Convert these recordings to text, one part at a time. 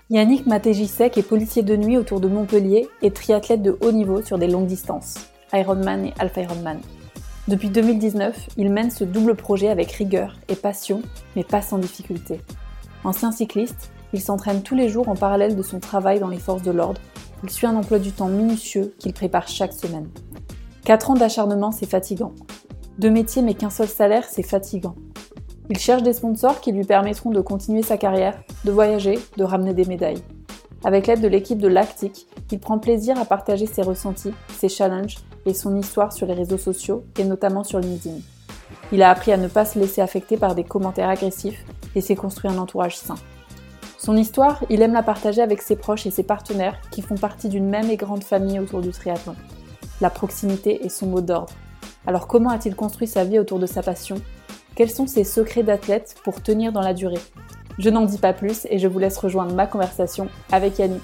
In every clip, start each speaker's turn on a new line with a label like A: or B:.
A: Yannick Matégisek est policier de nuit autour de Montpellier et triathlète de haut niveau sur des longues distances, Ironman et Half Ironman. Depuis 2019, il mène ce double projet avec rigueur et passion, mais pas sans difficulté. Ancien cycliste, il s'entraîne tous les jours en parallèle de son travail dans les forces de l'ordre. Il suit un emploi du temps minutieux qu'il prépare chaque semaine. 4 ans d'acharnement, c'est fatigant. 2 métiers mais qu'un seul salaire, c'est fatigant. Il cherche des sponsors qui lui permettront de continuer sa carrière, de voyager, de ramener des médailles. Avec l'aide de l'équipe de Lactic, il prend plaisir à partager ses ressentis, ses challenges et son histoire sur les réseaux sociaux et notamment sur LinkedIn. Il a appris à ne pas se laisser affecter par des commentaires agressifs et s'est construit un entourage sain. Son histoire, il aime la partager avec ses proches et ses partenaires qui font partie d'une même et grande famille autour du triathlon. La proximité est son mot d'ordre. Alors comment a-t-il construit sa vie autour de sa passion ? Quels sont ses secrets d'athlète pour tenir dans la durée ? Je n'en dis pas plus et je vous laisse rejoindre ma conversation avec Yannick.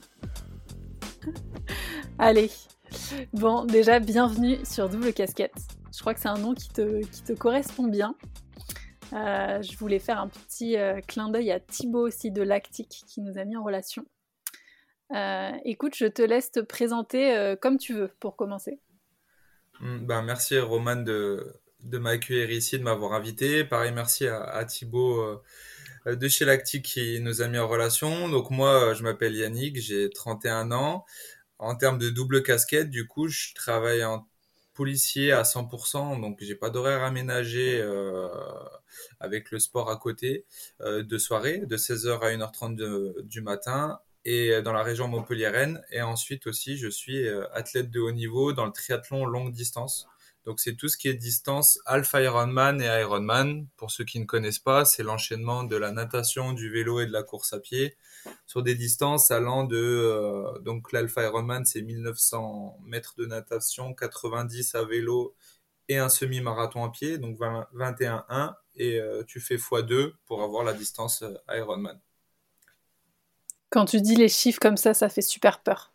A: Allez, bon, déjà, bienvenue sur Double Casquette. Je crois que c'est un nom qui te correspond bien. Je voulais faire un petit clin d'œil à Thibaut aussi de Lactic qui nous a mis en relation. Écoute, je te laisse te présenter comme tu veux pour commencer.
B: Merci Roman de m'accueillir ici, de m'avoir invité. Pareil, merci à Thibaut de chez Lactic qui nous a mis en relation. Donc moi, je m'appelle Yannick, j'ai 31 ans. En termes de double casquette, du coup, je travaille en policier à 100%, donc j'ai pas d'horaire aménagé avec le sport à côté de soirée, de 16h à 1h30 du matin, et dans la région montpelliéraine. Et ensuite aussi, je suis athlète de haut niveau dans le triathlon longue distance. Donc c'est tout ce qui est distance Alpha Ironman et Ironman. Pour ceux qui ne connaissent pas, c'est l'enchaînement de la natation, du vélo et de la course à pied sur des distances allant de donc l'Alpha Ironman, c'est 1900 mètres de natation, 90 à vélo et un semi-marathon à pied, donc 21,1, et tu fais x2 pour avoir la distance Ironman.
A: Quand tu dis les chiffres comme ça fait super peur.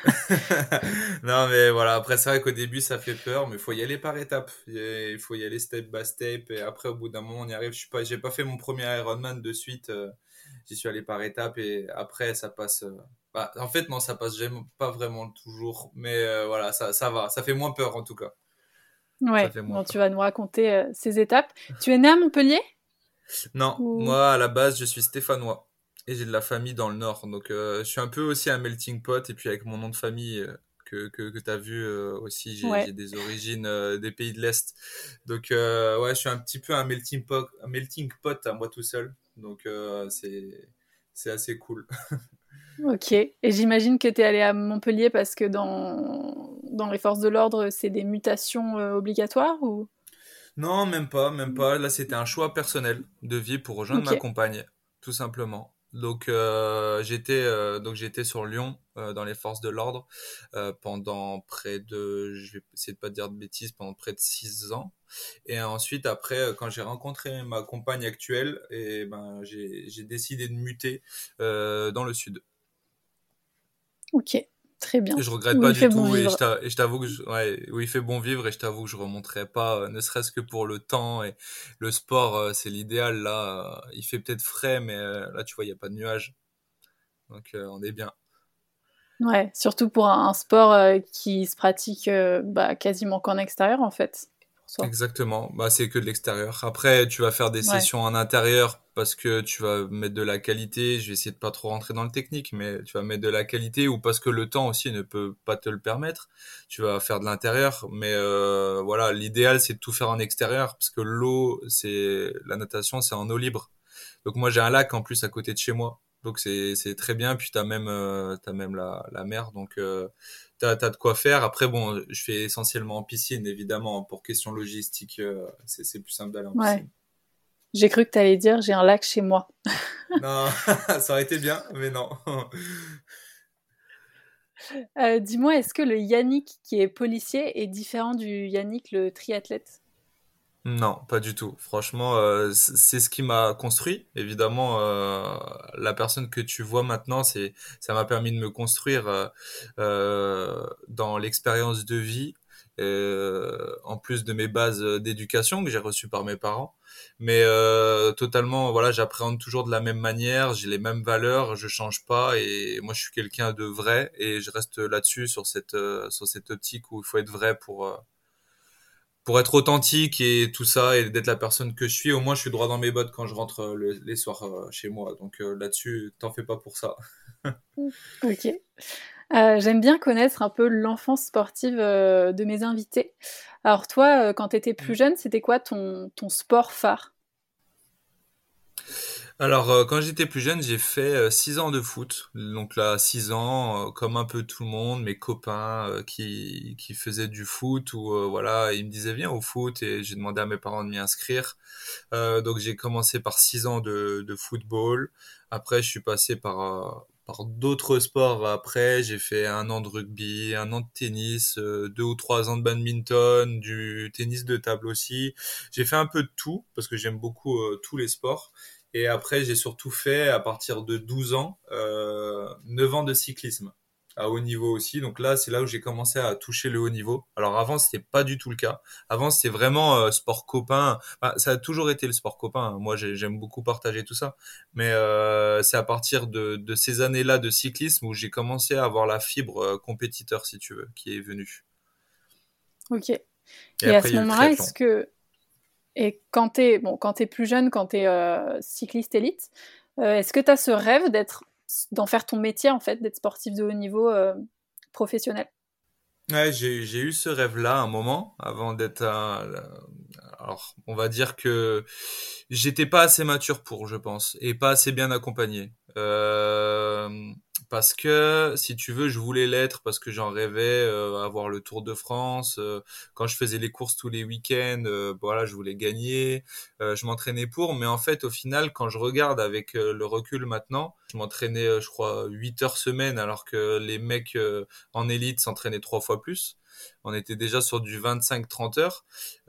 B: Non mais voilà, après c'est vrai qu'au début ça fait peur, mais il faut y aller par étapes. Il faut y aller step by step, et après au bout d'un moment on y arrive. J'ai pas fait mon premier Ironman de suite, j'y suis allé par étapes, et après ça passe. En fait non, ça passe jamais, pas vraiment toujours, mais voilà, ça va, ça fait moins peur en tout cas. Ça
A: Ouais,
B: fait moins
A: bon, tu
B: peur.
A: vas nous raconter ces étapes. Tu es né à Montpellier ?
B: Non,
A: Ou...
B: moi à la base je suis stéphanois et j'ai de la famille dans le nord, donc je suis un peu aussi un melting pot, et puis avec mon nom de famille que tu as vu aussi, j'ai
A: Ouais.
B: des origines des pays de l'Est, donc ouais, je suis un petit peu un melting pot à moi tout seul, donc c'est assez cool.
A: Ok. Et j'imagine que tu es allé à Montpellier parce que dans les forces de l'ordre, c'est des mutations obligatoires ou...
B: Non, même pas, même pas. Là, c'était un choix personnel de vie pour rejoindre
A: Ok.
B: ma compagne, tout simplement. Donc, j'étais sur Lyon dans les forces de l'ordre pendant près de, je vais essayer de pas dire de bêtises, pendant près de 6 ans. Et ensuite, après, quand j'ai rencontré ma compagne actuelle, et ben, j'ai décidé de muter dans le sud.
A: Ok. Très bien.
B: Je regrette
A: Où
B: pas
A: il
B: du
A: fait bon
B: tout, et
A: vivre.
B: je t'avoue que ouais, oui, il fait bon vivre, et je t'avoue que je remonterai pas, ne serait-ce que pour le temps et le sport, c'est l'idéal là. Il fait peut-être frais, mais là tu vois, il y a pas de nuages, donc on est bien.
A: Ouais, surtout pour un sport qui se pratique quasiment qu'en extérieur en fait, pour soi.
B: Exactement, bah c'est que de l'extérieur. Après, tu vas faire des
A: Ouais.
B: sessions en intérieur parce que tu vas mettre de la qualité. Je vais essayer de pas trop rentrer dans le technique, mais tu vas mettre de la qualité, ou parce que le temps aussi ne peut pas te le permettre. Tu vas faire de l'intérieur, mais voilà, l'idéal c'est de tout faire en extérieur parce que l'eau, c'est la natation, c'est en eau libre. Donc moi j'ai un lac en plus à côté de chez moi, donc c'est très bien. Puis t'as même la mer, donc t'as de quoi faire. Après bon, je fais essentiellement en piscine évidemment, pour question logistique, c'est plus simple d'aller en
A: Ouais.
B: piscine.
A: J'ai cru que tu allais dire j'ai un lac chez moi.
B: Non, ça aurait été bien, mais non.
A: Dis-moi, est-ce que le Yannick qui est policier est différent du Yannick le triathlète?
B: Non, pas du tout. Franchement, c'est ce qui m'a construit. Évidemment, la personne que tu vois maintenant, ça m'a permis de me construire dans l'expérience de vie. en plus de mes bases d'éducation que j'ai reçues par mes parents. Mais totalement, voilà, j'appréhende toujours de la même manière, j'ai les mêmes valeurs, je change pas et moi je suis quelqu'un de vrai et je reste là-dessus sur cette optique où il faut être vrai pour être authentique et tout ça et d'être la personne que je suis. Au moins je suis droit dans mes bottes quand je rentre les soirs chez moi. Donc là-dessus, t'en fais pas pour ça.
A: Ok. J'aime bien connaître un peu l'enfance sportive de mes invités. Alors toi, quand tu étais plus jeune, c'était quoi ton sport phare?
B: Alors, quand j'étais plus jeune, j'ai fait 6 ans de foot. Donc là, 6 ans, comme un peu tout le monde, mes copains qui faisaient du foot, ou voilà, ils me disaient viens au foot, et j'ai demandé à mes parents de m'y inscrire. Donc j'ai commencé par 6 ans de football. Après, je suis passé par d'autres sports. Après, j'ai fait un an de rugby, un an de tennis, 2 ou 3 ans de badminton, du tennis de table aussi. J'ai fait un peu de tout parce que j'aime beaucoup tous les sports. Et après, j'ai surtout fait, à partir de 12 ans, 9 ans de cyclisme à haut niveau aussi. Donc là, c'est là où j'ai commencé à toucher le haut niveau. Alors avant, c'était pas du tout le cas. Avant, c'était vraiment sport copain. Enfin, ça a toujours été le sport copain, hein. Moi, j'aime beaucoup partager tout ça. Mais c'est à partir de ces années-là de cyclisme où j'ai commencé à avoir la fibre compétiteur, si tu veux, qui est venue.
A: Ok.
B: Et
A: Et à
B: après,
A: ce
B: il y a eu le
A: moment-là,
B: triathlon.
A: et quand t'es plus jeune, quand t'es cycliste élite, est-ce que t'as ce rêve d'en faire ton métier en fait, d'être sportif de haut niveau professionnel?
B: Ouais, j'ai eu ce rêve-là un moment avant d'être alors, on va dire que j'étais pas assez mature pour, je pense, et pas assez bien accompagné. Parce que, si tu veux, je voulais l'être parce que j'en rêvais, avoir le Tour de France. Quand je faisais les courses tous les week-ends, voilà, je voulais gagner. Je m'entraînais pour, mais en fait, au final, quand je regarde avec le recul maintenant, je m'entraînais, je crois, 8 heures semaine, alors que les mecs en élite s'entraînaient 3 fois plus. On était déjà sur du 25-30 heures.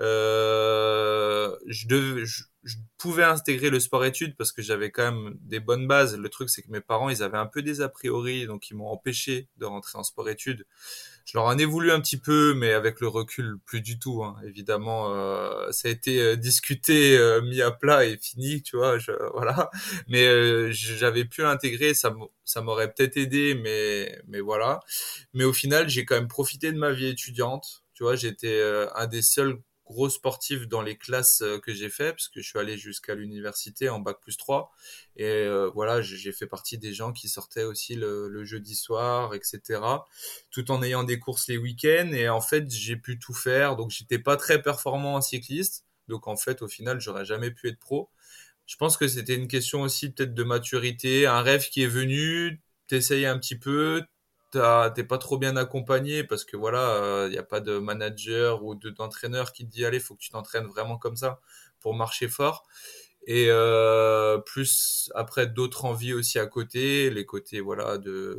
B: Je pouvais intégrer le sport-études parce que j'avais quand même des bonnes bases. Le truc, c'est que mes parents, ils avaient un peu des a priori, donc ils m'ont empêché de rentrer en sport-études. Je leur en ai voulu un petit peu, mais avec le recul, plus du tout, hein. Évidemment, ça a été discuté, mis à plat et fini, tu vois. Voilà. Mais j'avais pu l'intégrer, ça m'aurait peut-être aidé, mais voilà. Mais au final, j'ai quand même profité de ma vie étudiante. Tu vois, j'étais un des seuls gros sportifs dans les classes que j'ai fait, parce que je suis allé jusqu'à l'université en bac+3. Et voilà, j'ai fait partie des gens qui sortaient aussi le jeudi soir, etc. Tout en ayant des courses les week-ends. Et en fait, j'ai pu tout faire. Donc, j'étais pas très performant en cycliste. Donc, en fait, au final, j'aurais jamais pu être pro. Je pense que c'était une question aussi peut-être de maturité, un rêve qui est venu, t'essayes un petit peu, t'es pas trop bien accompagné parce que voilà, y a pas de manager ou d'entraîneur qui te dit allez, faut que tu t'entraînes vraiment comme ça pour marcher fort. Et plus après d'autres envies aussi à côté, les côtés voilà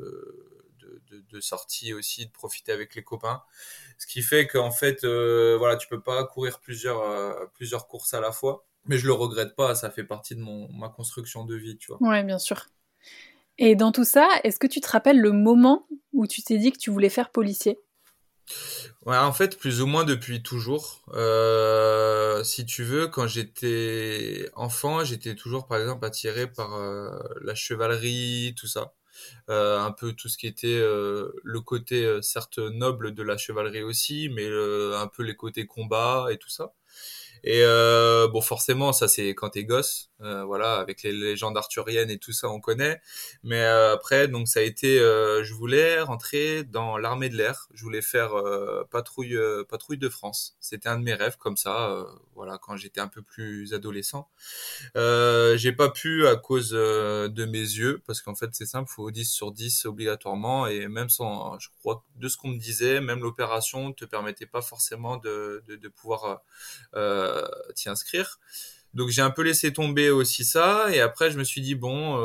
B: de sortie aussi, de profiter avec les copains. Ce qui fait qu'en fait, voilà, tu peux pas courir plusieurs courses à la fois. Mais je le regrette pas, ça fait partie de ma construction de vie, tu vois.
A: Ouais, bien sûr. Et dans tout ça, est-ce que tu te rappelles le moment où tu t'es dit que tu voulais faire policier?
B: Ouais, en fait, plus ou moins depuis toujours. Si tu veux, quand j'étais enfant, j'étais toujours, par exemple, attiré par la chevalerie, tout ça. Un peu tout ce qui était le côté certes noble de la chevalerie aussi, mais un peu les côtés combat et tout ça. Et bon, forcément, ça c'est quand t'es gosse, voilà, avec les légendes arthuriennes et tout ça, on connaît. Mais après, donc ça a été, je voulais rentrer dans l'armée de l'air. Je voulais faire patrouille de France. C'était un de mes rêves comme ça, voilà, quand j'étais un peu plus adolescent. J'ai pas pu à cause de mes yeux, parce qu'en fait c'est simple, faut 10 sur 10 obligatoirement, et même sans, je crois, de ce qu'on me disait, même l'opération te permettait pas forcément de pouvoir t'y inscrire. Donc j'ai un peu laissé tomber aussi ça, et après je me suis dit bon,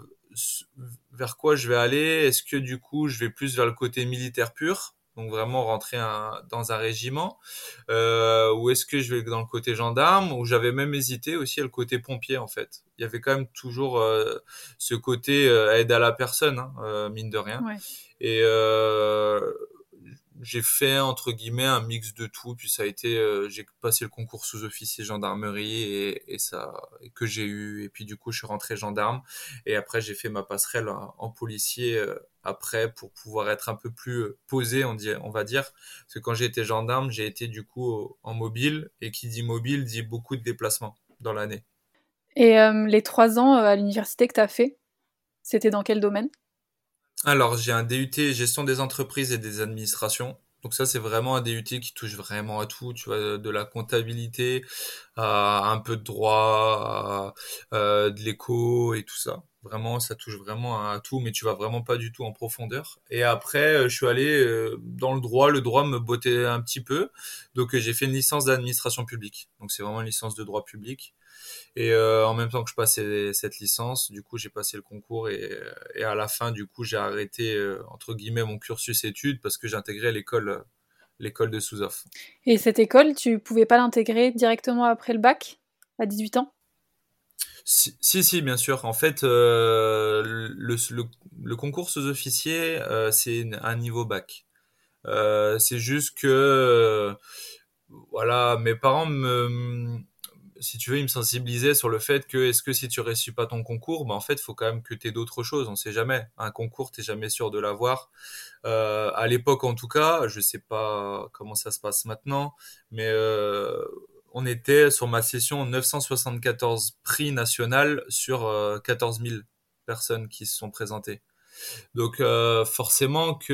B: vers quoi je vais aller? Est-ce que du coup je vais plus vers le côté militaire pur? Donc vraiment rentrer dans un régiment, ou est-ce que je vais dans le côté gendarme, ou j'avais même hésité aussi à le côté pompier en fait. Il y avait quand même toujours ce côté aide à la personne, hein, mine de rien.
A: Ouais.
B: Et j'ai fait entre guillemets un mix de tout, puis ça a été, j'ai passé le concours sous-officier gendarmerie et ça et que j'ai eu, et puis du coup je suis rentré gendarme et après j'ai fait ma passerelle en policier après pour pouvoir être un peu plus posé, on va dire, parce que quand j'ai été gendarme, j'ai été du coup en mobile et qui dit mobile dit beaucoup de déplacements dans l'année.
A: Et les 3 ans à l'université que tu as fait, c'était dans quel domaine?
B: Alors, j'ai un DUT gestion des entreprises et des administrations. Donc ça, c'est vraiment un DUT qui touche vraiment à tout, tu vois, de la comptabilité à un peu de droit, de l'éco et tout ça. Vraiment, ça touche vraiment à tout, mais tu vas vraiment pas du tout en profondeur. Et après, je suis allé dans le droit. Le droit me bottait un petit peu, donc j'ai fait une licence d'administration publique. Donc c'est vraiment une licence de droit public. Et en même temps que je passais cette licence, du coup, j'ai passé le concours et à la fin, du coup, j'ai arrêté entre guillemets mon cursus études parce que j'ai intégré l'école de sous-off.
A: Et cette école, tu pouvais pas l'intégrer directement après le bac, à 18 ans?
B: Si, bien sûr. En fait, le concours sous-officier, c'est un niveau bac. C'est juste que, voilà, mes parents si tu veux, ils me sensibilisaient sur le fait que est-ce que si tu réussis pas ton concours, bah en fait, faut quand même que tu aies d'autres choses. On sait jamais. Un concours, t'es jamais sûr de l'avoir. À l'époque, en tout cas, je sais pas comment ça se passe maintenant, mais on était sur ma session 974 prix national sur 14 000 personnes qui se sont présentées. Donc forcément que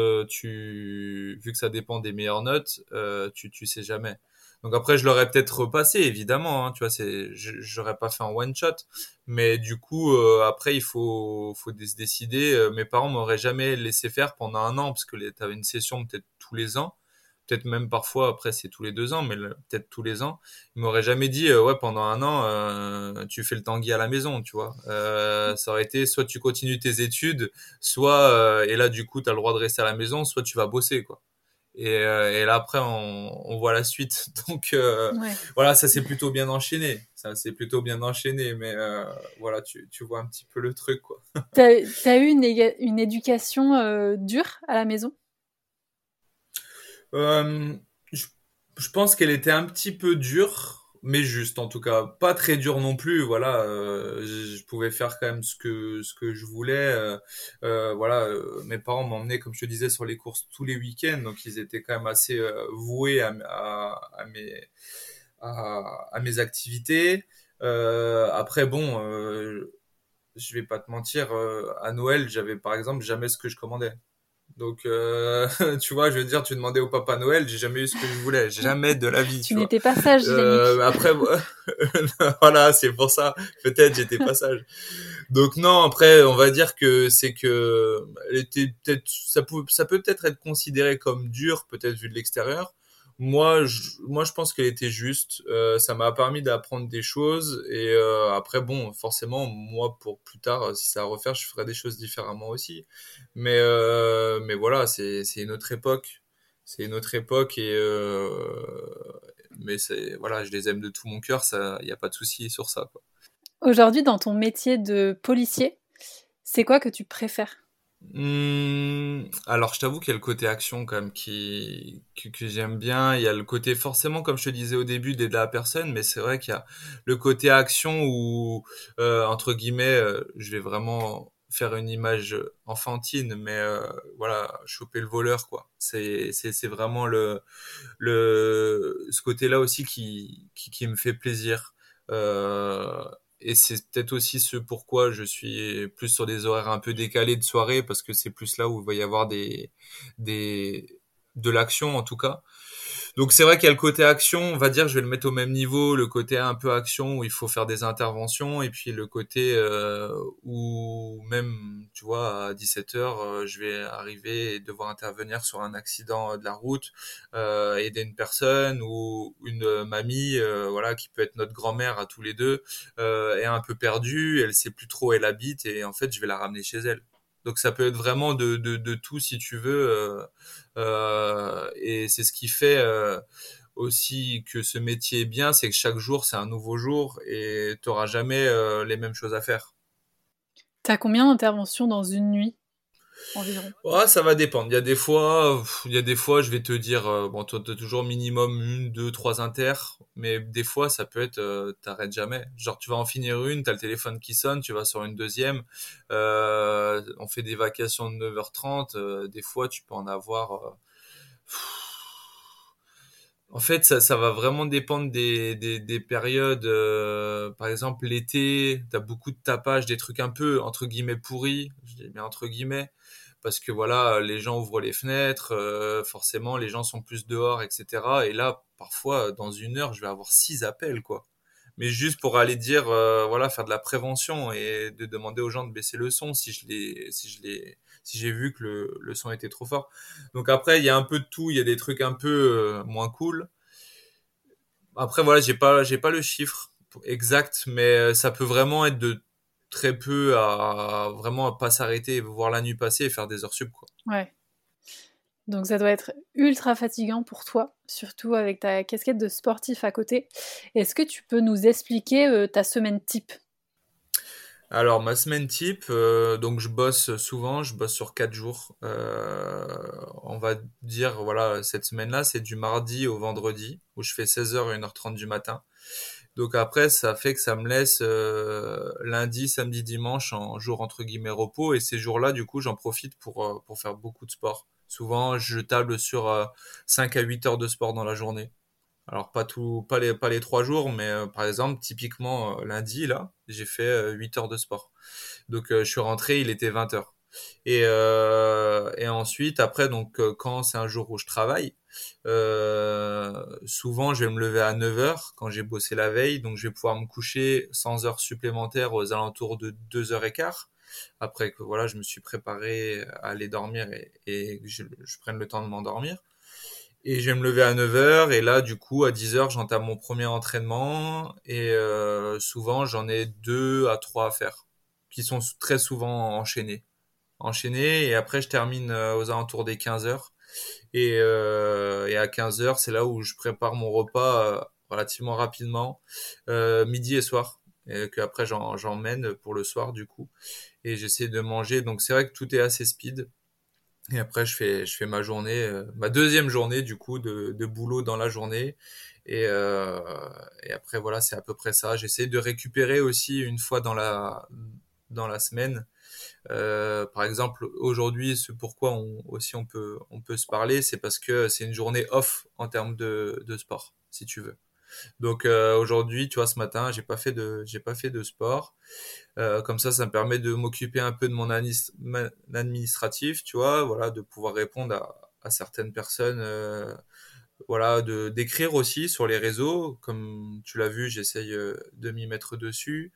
B: vu que ça dépend des meilleures notes, tu sais jamais. Donc après je l'aurais peut-être repassé évidemment, hein, tu vois, j'aurais pas fait en one shot, mais du coup après il faut se décider. Mes parents m'auraient jamais laissé faire pendant un an parce que t'avais une session peut-être tous les ans, peut-être même parfois après c'est tous les 2 ans, mais peut-être tous les ans. Ils m'auraient jamais dit ouais pendant un an tu fais le tanguy à la maison, tu vois. Ça aurait été soit tu continues tes études soit et là du coup tu as le droit de rester à la maison, soit tu vas bosser quoi. Et là après on voit la suite. Donc
A: Ouais.
B: voilà, ça s'est plutôt bien enchaîné, mais voilà, tu vois un petit peu le truc quoi.
A: T'as eu une éducation dure à la maison?
B: Euh, je, je pense qu'elle était un petit peu dure, mais juste en tout cas, pas très dure non plus. Voilà, je pouvais faire quand même ce que je voulais. Voilà, mes parents m'emmenaient, comme je te disais, sur les courses tous les week-ends, donc ils étaient quand même assez voués à mes activités. Après, bon, je vais pas te mentir, à Noël, j'avais par exemple jamais ce que je commandais. Donc, tu vois, je veux dire, tu demandais au Papa Noël, j'ai jamais eu ce que je voulais, jamais de la vie,
A: Tu
B: tu vois.
A: n'étais pas sage, Yannick.
B: Après, voilà, c'est pour ça. Peut-être j'étais pas sage. Donc non, après, on va dire que c'est que elle était peut-être, ça peut peut-être être considéré comme dur, peut-être vu de l'extérieur. Moi, je pense qu'elle était juste. Ça m'a permis d'apprendre des choses et après, bon, forcément, moi, pour plus tard, si ça à refaire, je ferais des choses différemment aussi. Mais voilà, c'est une autre époque. C'est une autre époque et mais c'est voilà, je les aime de tout mon cœur, ça, y a pas de souci sur ça, quoi.
A: Aujourd'hui, dans ton métier de policier, c'est quoi que tu préfères?
B: Alors, je t'avoue qu'il y a le côté action quand même que j'aime bien. Il y a le côté forcément, comme je te disais au début, d'aider la personne, mais c'est vrai qu'il y a le côté action où, entre guillemets, je vais vraiment faire une image enfantine, mais voilà, choper le voleur, quoi. C'est vraiment ce côté-là aussi qui me fait plaisir. Euh, et c'est peut-être aussi ce pourquoi je suis plus sur des horaires un peu décalés de soirée, parce que c'est plus là où il va y avoir des, de l'action en tout cas. Donc c'est vrai qu'il y a le côté action, on va dire, je vais le mettre au même niveau, le côté un peu action où il faut faire des interventions, et puis le côté où même, tu vois, à 17h, je vais arriver et devoir intervenir sur un accident de la route, aider une personne ou une mamie, voilà, qui peut être notre grand-mère à tous les deux, est un peu perdue, elle sait plus trop où elle habite, et en fait, je vais la ramener chez elle. Donc ça peut être vraiment de tout si tu veux. Et c'est ce qui fait aussi que ce métier est bien, c'est que chaque jour c'est un nouveau jour et tu n'auras jamais les mêmes choses à faire.
A: T'as combien d'interventions dans une nuit? environ?
B: Ouais, ça va dépendre. Il y a des fois, je vais te dire, bon, toi, t'as toujours minimum une, deux, trois inters, mais des fois, ça peut être, t'arrêtes jamais. Genre, tu vas en finir une, t'as le téléphone qui sonne, tu vas sur une deuxième. On fait des vacations de 9h30. Des fois, tu peux en avoir. En fait, ça va vraiment dépendre des périodes. Par exemple, l'été, t'as beaucoup de tapage, des trucs un peu entre guillemets pourris. Je dis bien entre guillemets parce que voilà, les gens ouvrent les fenêtres, forcément, les gens sont plus dehors, etc. Et là, parfois, dans une heure, je vais avoir 6 appels, quoi. Mais juste pour aller dire, voilà, faire de la prévention et de demander aux gens de baisser le son si j'ai vu que le son était trop fort. Donc après, il y a un peu de tout. Il y a des trucs un peu moins cool. Après, voilà, j'ai pas le chiffre exact, mais ça peut vraiment être de très peu à vraiment à pas s'arrêter, voir la nuit passer et faire des heures sup, quoi.
A: Ouais. Donc ça doit être ultra fatigant pour toi, surtout avec ta casquette de sportif à côté. Est-ce que tu peux nous expliquer ta semaine type?
B: Alors, ma semaine type, donc je bosse souvent, je bosse sur 4 jours. On va dire, voilà, cette semaine-là, c'est du mardi au vendredi, où je fais 16h et 1h30 du matin. Donc après, ça fait que ça me laisse lundi, samedi, dimanche en jour entre guillemets repos. Et ces jours-là, du coup, j'en profite pour faire beaucoup de sport. Souvent, je table sur 5 à 8 heures de sport dans la journée. Alors pas les 3 jours, mais par exemple, typiquement lundi, là, j'ai fait 8 heures de sport. Donc je suis rentré, il était 20 heures. Et ensuite, après, donc quand c'est un jour où je travaille, souvent je vais me lever à 9 heures quand j'ai bossé la veille, donc je vais pouvoir me coucher sans heures supplémentaires aux alentours de 2h15. Après que voilà, je me suis préparé à aller dormir et que je prenne le temps de m'endormir. Et je vais me lever à 9 heures et là, du coup, à 10 heures, j'entame mon premier entraînement et souvent, j'en ai 2 à 3 à faire, qui sont très souvent enchaînés et après, je termine aux alentours des 15 heures. Et à 15 heures, c'est là où je prépare mon repas relativement rapidement, midi et soir. Et que après j'emmène pour le soir du coup et j'essaie de manger, donc c'est vrai que tout est assez speed. Et après, je fais ma journée, ma deuxième journée du coup de boulot dans la journée. Et, euh, et après, voilà, c'est à peu près ça. J'essaie de récupérer aussi une fois dans la semaine. Par exemple, aujourd'hui, ce pourquoi on peut se parler, c'est parce que c'est une journée off en termes de sport, si tu veux. Donc aujourd'hui, tu vois, ce matin, j'ai pas fait de sport. Comme ça me permet de m'occuper un peu de mon administratif, tu vois, voilà, de pouvoir répondre à certaines personnes, voilà, d'écrire aussi sur les réseaux, comme tu l'as vu, j'essaye de m'y mettre dessus.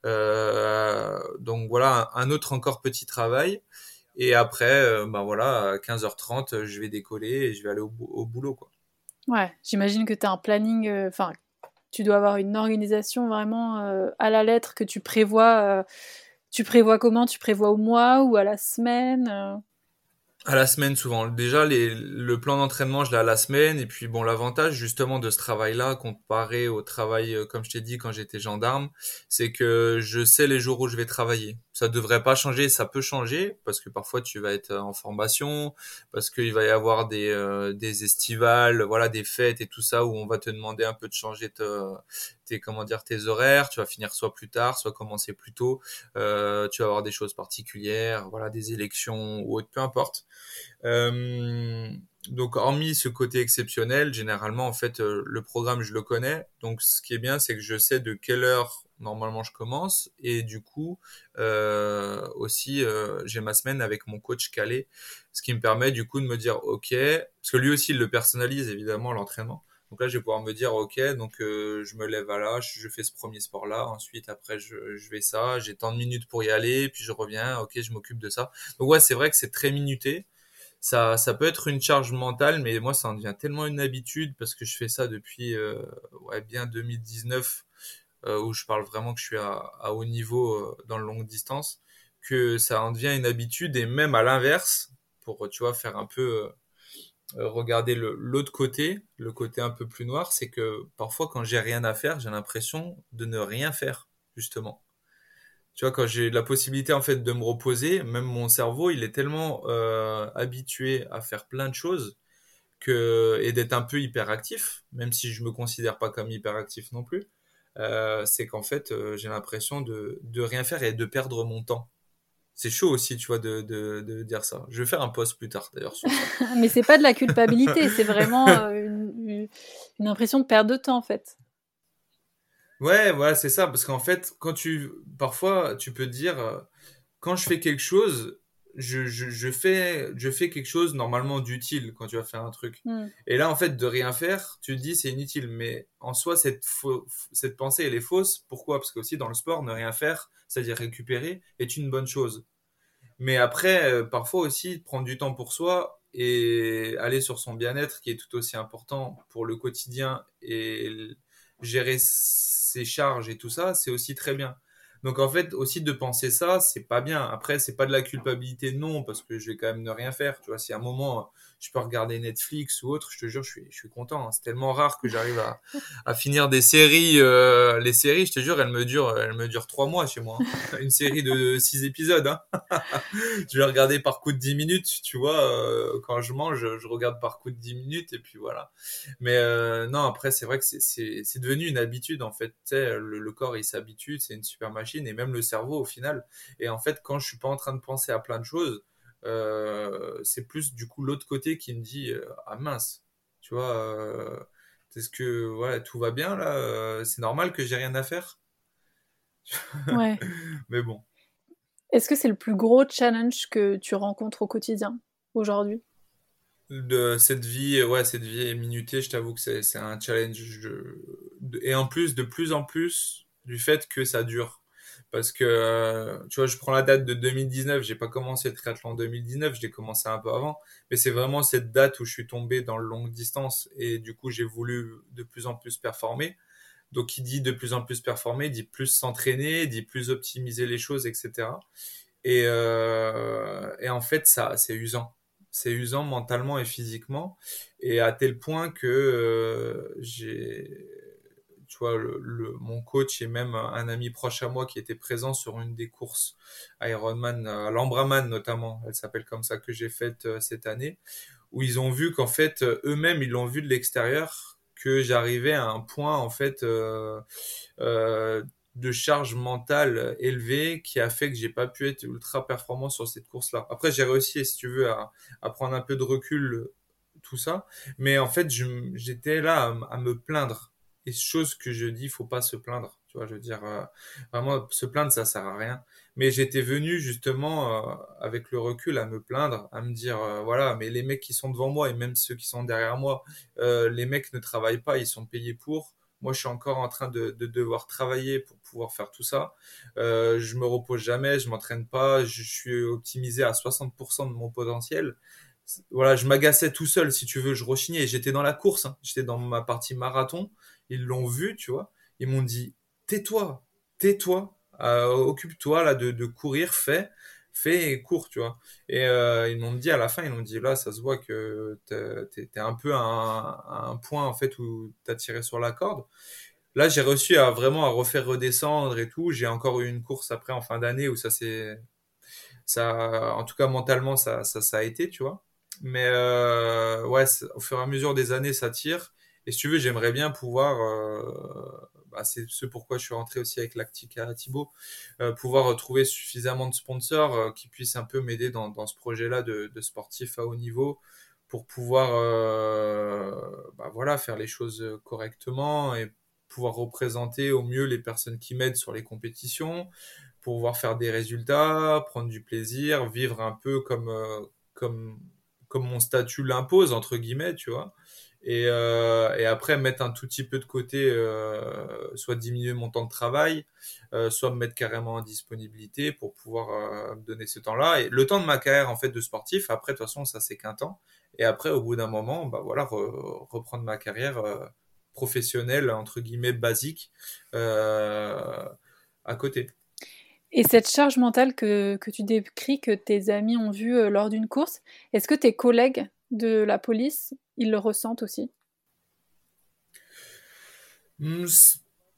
B: Donc voilà, un autre encore petit travail. Et après, ben voilà, à 15h30, je vais décoller et je vais aller au boulot, quoi.
A: Ouais, j'imagine que tu as un planning, enfin, tu dois avoir une organisation vraiment à la lettre que tu prévois comment? Tu prévois au mois ou à la semaine?
B: À la semaine souvent. Déjà, le plan d'entraînement, je l'ai à la semaine. Et puis bon, l'avantage justement de ce travail-là, comparé au travail, comme je t'ai dit, quand j'étais gendarme, c'est que je sais les jours où je vais travailler. Ça devrait pas changer, ça peut changer, parce que parfois tu vas être en formation, parce qu'il va y avoir des estivales, voilà, des fêtes et tout ça, où on va te demander un peu de changer comment dire, tes horaires. Tu vas finir soit plus tard, soit commencer plus tôt. Tu vas avoir des choses particulières, voilà, des élections ou autre, peu importe. Euh, donc, hormis ce côté exceptionnel, généralement, en fait, le programme, je le connais. Donc, ce qui est bien, c'est que je sais de quelle heure normalement je commence. Et du coup, aussi, j'ai ma semaine avec mon coach calé, ce qui me permet du coup de me dire, OK, parce que lui aussi, il le personnalise, évidemment, l'entraînement. Donc là, je vais pouvoir me dire, OK, donc je me lève à là, je fais ce premier sport-là. Ensuite, après, je vais ça. J'ai tant de minutes pour y aller, puis je reviens. OK, je m'occupe de ça. Donc ouais, c'est vrai que c'est très minuté. Ça peut être une charge mentale, mais moi, ça en devient tellement une habitude parce que je fais ça depuis ouais, bien 2019, où je parle vraiment que je suis à haut niveau dans le longue distance, que ça en devient une habitude. Et même à l'inverse, pour, tu vois, faire un peu regarder l'autre côté, le côté un peu plus noir, c'est que parfois, quand j'ai rien à faire, j'ai l'impression de ne rien faire, justement. Tu vois, quand j'ai la possibilité en fait de me reposer, même mon cerveau, il est tellement habitué à faire plein de choses et d'être un peu hyperactif, même si je me considère pas comme hyperactif non plus. C'est qu'en fait, j'ai l'impression de rien faire et de perdre mon temps. C'est chaud aussi, tu vois, de dire ça. Je vais faire un post plus tard d'ailleurs sur ça.
A: Mais c'est pas de la culpabilité, c'est vraiment une impression de perte de temps en fait.
B: Ouais, voilà, c'est ça, parce qu'en fait, parfois, tu peux te dire, quand je fais quelque chose, je fais quelque chose normalement d'utile quand tu vas faire un truc.
A: Mm.
B: Et là, en fait, de rien faire, tu te dis c'est inutile. Mais en soi, cette pensée, elle est fausse. Pourquoi? Parce qu'aussi dans le sport, ne rien faire, c'est-à-dire récupérer, est une bonne chose. Mais après, parfois aussi, prendre du temps pour soi et aller sur son bien-être, qui est tout aussi important pour le quotidien et gérer ses charges et tout ça, c'est aussi très bien. Donc en fait, aussi de penser ça, c'est pas bien. Après, c'est pas de la culpabilité, non, parce que je vais quand même ne rien faire. Tu vois, si à un moment je peux regarder Netflix ou autre, je te jure, je suis content. Hein. C'est tellement rare que j'arrive à finir des séries. Les séries, je te jure, elles me durent 3 mois chez moi. Hein. Une série de 6 épisodes. Hein. Je vais regarder par coup de 10 minutes, tu vois. Quand je mange, je regarde par coup de 10 minutes et puis voilà. Mais non, après, c'est vrai que c'est devenu une habitude en fait. Tu sais, le corps il s'habitue, c'est une super machine et même le cerveau au final. Et en fait, quand je suis pas en train de penser à plein de choses, c'est plus du coup l'autre côté qui me dit ah mince, tu vois. Est-ce que voilà tout va bien là? C'est normal que j'ai rien à faire.
A: Ouais.
B: Mais bon.
A: Est-ce que c'est le plus gros challenge que tu rencontres au quotidien aujourd'hui?
B: De cette vie minutée, je t'avoue que c'est un challenge. Et en plus, de plus en plus, du fait que ça dure. Parce que, tu vois, je prends la date de 2019, j'ai pas commencé le triathlon en 2019, je l'ai commencé un peu avant. Mais c'est vraiment cette date où je suis tombé dans le longue distance et du coup, j'ai voulu de plus en plus performer. Donc, qui dit de plus en plus performer, dit plus s'entraîner, dit plus optimiser les choses, etc. Et en fait, ça, c'est usant. C'est usant mentalement et physiquement. Et à tel point que tu vois, mon coach et même un ami proche à moi qui était présent sur une des courses Ironman, l'Ambraman notamment, elle s'appelle comme ça, que j'ai faite cette année, où ils ont vu qu'en fait, eux-mêmes, ils l'ont vu de l'extérieur, que j'arrivais à un point, en fait, euh, de charge mentale élevée qui a fait que j'ai pas pu être ultra performant sur cette course-là. Après, j'ai réussi, si tu veux, à prendre un peu de recul, tout ça. Mais en fait, j'étais là à me plaindre. Et chose que je dis, faut pas se plaindre. Tu vois, je veux dire, vraiment, se plaindre, ça sert à rien. Mais j'étais venu justement, avec le recul, à me plaindre, à me dire, voilà, mais les mecs qui sont devant moi et même ceux qui sont derrière moi, les mecs ne travaillent pas, ils sont payés pour. Moi, je suis encore en train de devoir travailler pour pouvoir faire tout ça. Je me repose jamais, je m'entraîne pas, je suis optimisé à 60% de mon potentiel. Voilà, je m'agaçais tout seul, si tu veux, je rechignais. J'étais dans la course, hein. J'étais dans ma partie marathon. Ils l'ont vu, tu vois. Ils m'ont dit, tais-toi, tais-toi, occupe-toi là de courir, fais et cours, tu vois. Et ils m'ont dit à la fin, ils m'ont dit là, ça se voit que t'es un peu à un point en fait où t'as tiré sur la corde. Là, j'ai réussi à vraiment à refaire redescendre et tout. J'ai encore eu une course après en fin d'année où en tout cas mentalement, ça a été, tu vois. Mais ouais, au fur et à mesure des années, ça tire. Et si tu veux, j'aimerais bien pouvoir, c'est ce pourquoi je suis rentré aussi avec Lactica à Thibaut, pouvoir trouver suffisamment de sponsors qui puissent un peu m'aider dans ce projet-là de sportif à haut niveau pour pouvoir voilà, faire les choses correctement et pouvoir représenter au mieux les personnes qui m'aident sur les compétitions, pouvoir faire des résultats, prendre du plaisir, vivre un peu comme, comme mon statut l'impose, entre guillemets, tu vois. Et après, mettre un tout petit peu de côté, soit diminuer mon temps de travail, soit me mettre carrément en disponibilité pour pouvoir me donner ce temps-là. Et le temps de ma carrière, en fait, de sportif, après, de toute façon, ça, c'est qu'un temps. Et après, au bout d'un moment, bah voilà, reprendre ma carrière professionnelle, entre guillemets, basique, euh, à côté.
A: Et cette charge mentale que tu décris, que tes amis ont vue lors d'une course, est-ce que tes collègues de la police, ils le ressentent aussi?
B: Hmm,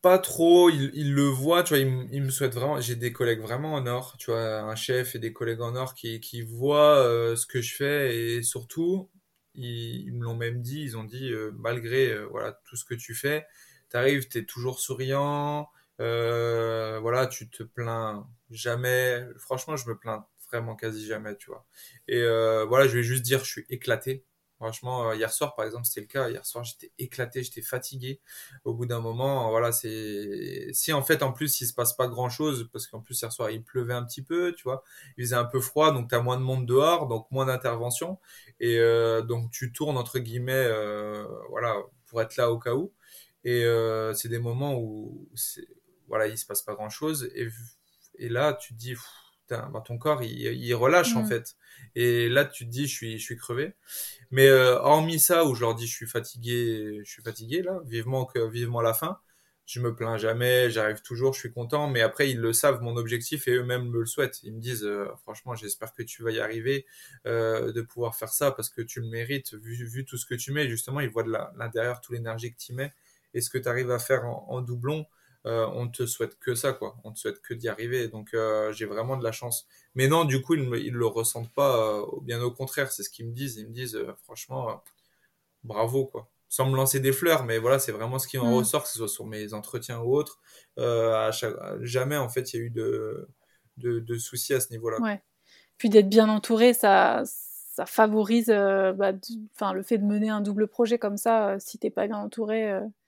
B: Pas trop, il le voit, tu vois, il me souhaite vraiment, j'ai des collègues vraiment en or, tu vois, un chef et des collègues en or qui voient ce que je fais et surtout, ils me l'ont même dit, ils ont dit, malgré voilà, tout ce que tu fais, t'arrives, t'es toujours souriant, voilà, tu te plains jamais, franchement, je me plains vraiment quasi jamais, tu vois. Et voilà, je vais juste dire, je suis éclaté. Franchement, hier soir, par exemple, c'était le cas. Hier soir, j'étais éclaté, j'étais fatigué au bout d'un moment, voilà, c'est si en fait en plus il se passe pas grand-chose parce qu'en plus hier soir il pleuvait un petit peu, tu vois, il faisait un peu froid donc t'as moins de monde dehors donc moins d'intervention et donc tu tournes entre guillemets voilà pour être là au cas où et c'est des moments où c'est voilà il se passe pas grand-chose et là tu te dis pff, putain, bah, ton corps il relâche en
A: Mm.
B: fait et là tu te dis je suis crevé mais hormis ça, où je leur dis je suis fatigué là, vivement la fin. Je me plains jamais, j'arrive toujours, je suis content. Mais après, ils le savent, mon objectif, et eux-mêmes me le souhaitent. Ils me disent, franchement, j'espère que tu vas y arriver, de pouvoir faire ça parce que tu le mérites, vu tout ce que tu mets. Justement, ils voient de l'intérieur toute l'énergie que tu mets et ce que tu arrives à faire en doublon. On te souhaite que ça, quoi. On te souhaite que d'y arriver. Donc, j'ai vraiment de la chance. Mais non, du coup, ils le ressentent pas, bien au contraire, c'est ce qu'ils me disent. Ils me disent, franchement, bravo, quoi. Sans me lancer des fleurs, mais voilà, c'est vraiment ce qui en
A: Mm.
B: ressort, que ce soit sur mes entretiens ou autres. Jamais, en fait, il y a eu de soucis à ce niveau-là, quoi.
A: Ouais. Puis d'être bien entouré, ça favorise enfin, le fait de mener un double projet comme ça, si t'es pas bien entouré.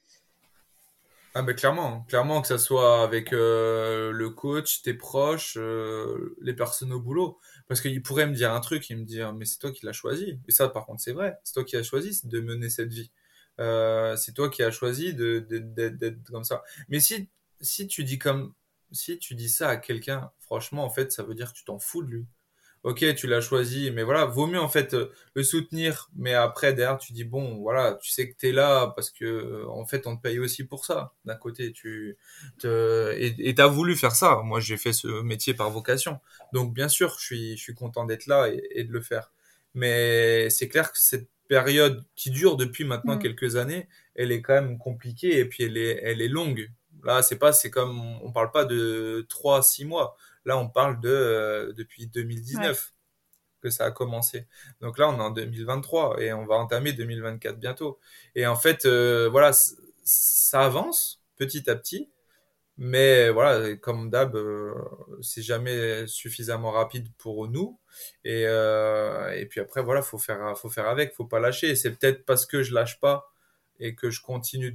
B: Ah, mais clairement, hein. Clairement, que ça soit avec le coach, tes proches, les personnes au boulot. Parce qu'il pourrait me dire un truc, il me dire, mais c'est toi qui l'as choisi. Et ça, par contre, c'est vrai. C'est toi qui as choisi de mener cette vie. C'est toi qui as choisi d'être comme ça. Mais si tu dis comme, si tu dis ça à quelqu'un, franchement, en fait, ça veut dire que tu t'en fous de lui. Ok, tu l'as choisi, mais voilà, vaut mieux en fait le soutenir, mais après derrière tu dis bon, voilà, tu sais que t'es là parce que en fait on te paye aussi pour ça. D'un côté, et t'as voulu faire ça. Moi, j'ai fait ce métier par vocation, donc bien sûr, je suis content d'être là et de le faire. Mais c'est clair que cette période qui dure depuis maintenant
A: Mm.
B: quelques années, elle est quand même compliquée et puis elle est longue. Là, c'est comme on parle pas de 3 6 mois. Là, on parle depuis
A: Ouais.
B: 2019 que ça a commencé. Donc là, on est en 2023 et on va entamer 2024 bientôt. Et en fait, voilà, ça avance petit à petit, mais voilà, comme d'hab, c'est jamais suffisamment rapide pour nous. Et puis après, voilà, faut faire avec, faut pas lâcher. Et c'est peut-être parce que je lâche pas et que je continue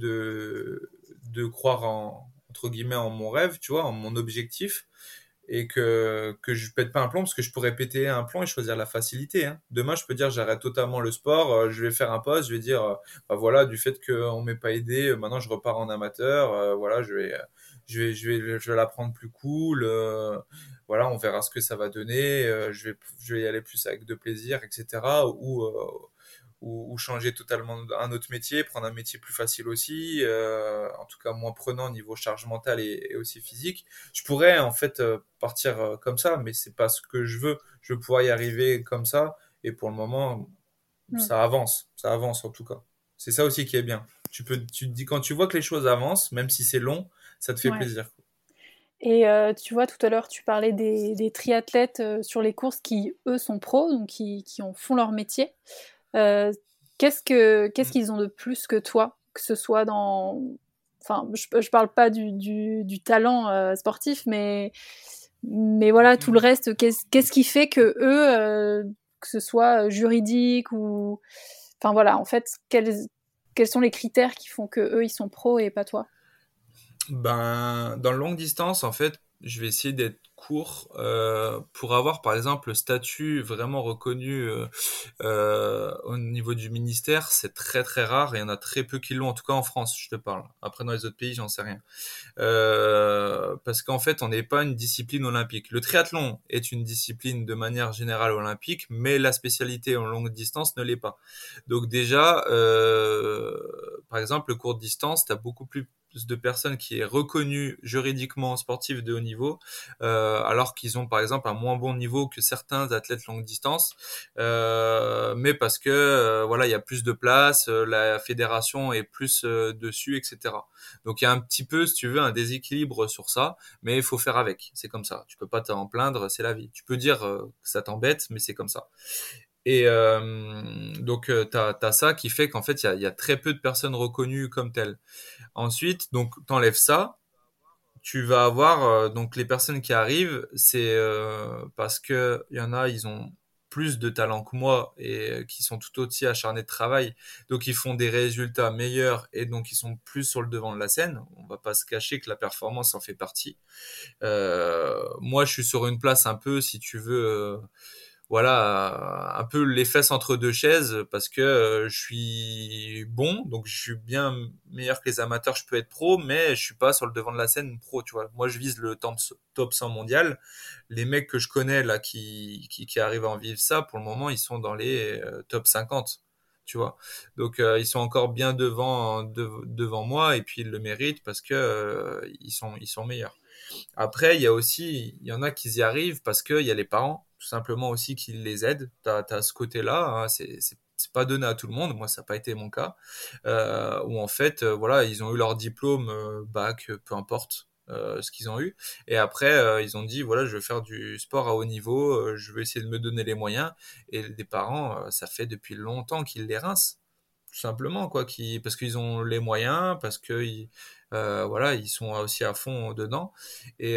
B: de croire entre guillemets, en mon rêve, tu vois, en mon objectif et que je pète pas un plomb parce que je pourrais péter un plomb et choisir la facilité, hein. Demain, je peux dire j'arrête totalement le sport, je vais faire un poste, je vais dire bah voilà, du fait qu'on m'ait pas aidé, maintenant je repars en amateur, voilà, je vais la prendre plus cool, voilà, on verra ce que ça va donner, je vais y aller plus avec de plaisir, etc. Ou changer totalement un autre métier, prendre un métier plus facile aussi, en tout cas moins prenant niveau charge mentale et aussi physique. Je pourrais en fait partir comme ça, mais c'est pas ce que je veux. Je veux pouvoir y arriver comme ça, et pour le moment,
A: Mm.
B: ça avance en tout cas. C'est ça aussi qui est bien. Tu te dis quand tu vois que les choses avancent, même si c'est long, ça te fait
A: Ouais.
B: plaisir.
A: Et tu vois, tout à l'heure, tu parlais des triathlètes sur les courses qui, eux, sont pros, donc qui en font leur métier. Euh, qu'est-ce
B: Mm.
A: qu'ils ont de plus que toi, que ce soit dans... Enfin, je parle pas du talent sportif, mais voilà, tout le
B: Mm.
A: reste, qu'est-ce qui fait que eux, que ce soit juridique ou... Enfin voilà, en fait, quels sont les critères qui font que eux, ils sont pros et pas toi?
B: Ben, dans le longue distance, en fait, je vais essayer d'être court pour avoir, par exemple, le statut vraiment reconnu au niveau du ministère. C'est très très rare et il y en a très peu qui l'ont, en tout cas en France, je te parle. Après, dans les autres pays, j'en sais rien. Parce qu'en fait, on n'est pas une discipline olympique. Le triathlon est une discipline de manière générale olympique, mais la spécialité en longue distance ne l'est pas. Donc déjà, par exemple, le court distance, tu as beaucoup plus de personnes qui est reconnu juridiquement sportif de haut niveau alors qu'ils ont par exemple un moins bon niveau que certains athlètes longue distance, mais parce que voilà, il y a plus de place, la fédération est plus dessus, etc. Donc il y a un petit peu, si tu veux, un déséquilibre sur ça, mais il faut faire avec. C'est comme ça. Tu peux pas t'en plaindre, c'est la vie. Tu peux dire que ça t'embête, mais c'est comme ça. Et donc t'as ça qui fait qu'en fait il y a très peu de personnes reconnues comme telles. Ensuite, donc t'enlèves ça, tu vas avoir donc les personnes qui arrivent, c'est parce que il y en a, ils ont plus de talent que moi et qui sont tout aussi acharnés de travail, donc ils font des résultats meilleurs et donc ils sont plus sur le devant de la scène. On va pas se cacher que la performance en fait partie. Moi, je suis sur une place un peu, si tu veux, voilà, un peu les fesses entre deux chaises parce que je suis bon, donc je suis bien meilleur que les amateurs, je peux être pro, mais je suis pas sur le devant de la scène pro, tu vois. Moi, je vise le top 100 mondial. Les mecs que je connais là qui arrivent à en vivre ça, pour le moment, ils sont dans les top 50. Tu vois, donc ils sont encore bien devant moi et puis ils le méritent parce que ils sont meilleurs. Après, il y en a qui y arrivent parce qu'il y a les parents, tout simplement aussi, qui les aident. T'as ce côté-là, hein, c'est pas donné à tout le monde. Moi, ça n'a pas été mon cas. Où en fait, voilà, ils ont eu leur diplôme, bac, peu importe. Ce qu'ils ont eu et après ils ont dit voilà je veux faire du sport à haut niveau, je veux essayer de me donner les moyens et les parents ça fait depuis longtemps qu'ils les rincent tout simplement quoi parce qu'ils ont les moyens parce que voilà ils sont aussi à fond dedans et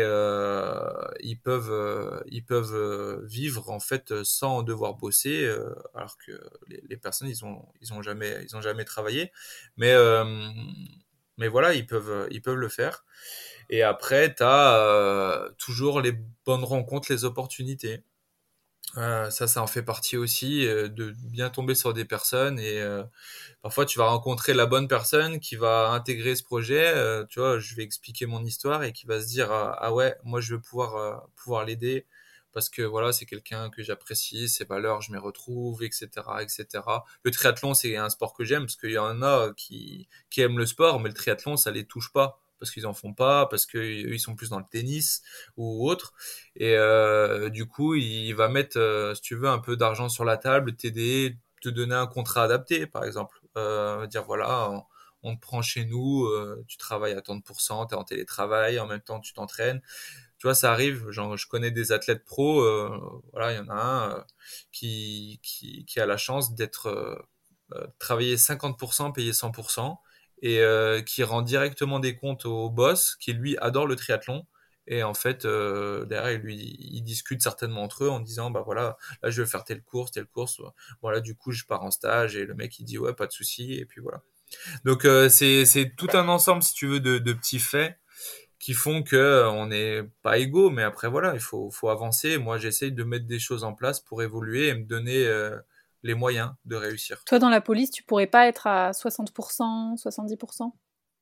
B: ils peuvent vivre en fait sans devoir bosser alors que les personnes ils ont jamais travaillé mais voilà ils peuvent le faire et après tu as toujours les bonnes rencontres, les opportunités. Ça en fait partie aussi, de bien tomber sur des personnes et parfois tu vas rencontrer la bonne personne qui va intégrer ce projet, tu vois, je vais expliquer mon histoire et qui va se dire ah ouais, moi je veux pouvoir l'aider parce que voilà, c'est quelqu'un que j'apprécie, ses valeurs, je m'y retrouve, etc., etc. Le triathlon, c'est un sport que j'aime parce qu'il y en a qui aiment le sport, mais le triathlon, ça les touche pas parce qu'ils en font pas, parce que eux, ils sont plus dans le tennis ou autre. Et du coup, il va mettre, si tu veux, un peu d'argent sur la table, t'aider, te donner un contrat adapté, par exemple. Dire voilà, on te prend chez nous, tu travailles à tant de pourcents, t'es en télétravail, en même temps tu t'entraînes. Tu vois, ça arrive. Genre, je connais des athlètes pros, voilà, il y en a un qui a la chance d'être travailler 50%, payer 100%, et qui rend directement des comptes au boss, qui lui adore le triathlon. Et en fait, derrière, ils discutent certainement entre eux en disant, bah voilà, là je vais faire telle course. Voilà, du coup, je pars en stage et le mec il dit ouais, pas de souci. Et puis voilà. Donc c'est tout un ensemble, si tu veux, de petits faits qui font que on n'est pas égaux, mais après voilà, il faut avancer. Moi, j'essaye de mettre des choses en place pour évoluer et me donner les moyens de réussir.
A: Toi, dans la police, tu pourrais pas être à 60%, 70%?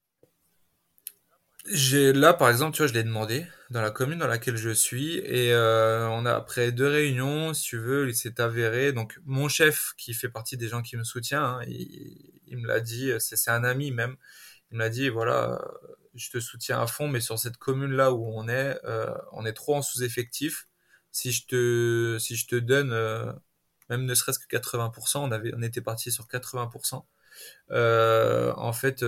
B: Là, par exemple, tu vois, je l'ai demandé dans la commune dans laquelle je suis et on a après 2 réunions, si tu veux, il s'est avéré. Donc mon chef, qui fait partie des gens qui me soutient, hein, il me l'a dit. C'est un ami même. Il m'a dit voilà, je te soutiens à fond, mais sur cette commune-là où on est trop en sous-effectif. Si je te donne même ne serait-ce que 80%, on était parti sur 80%. En fait,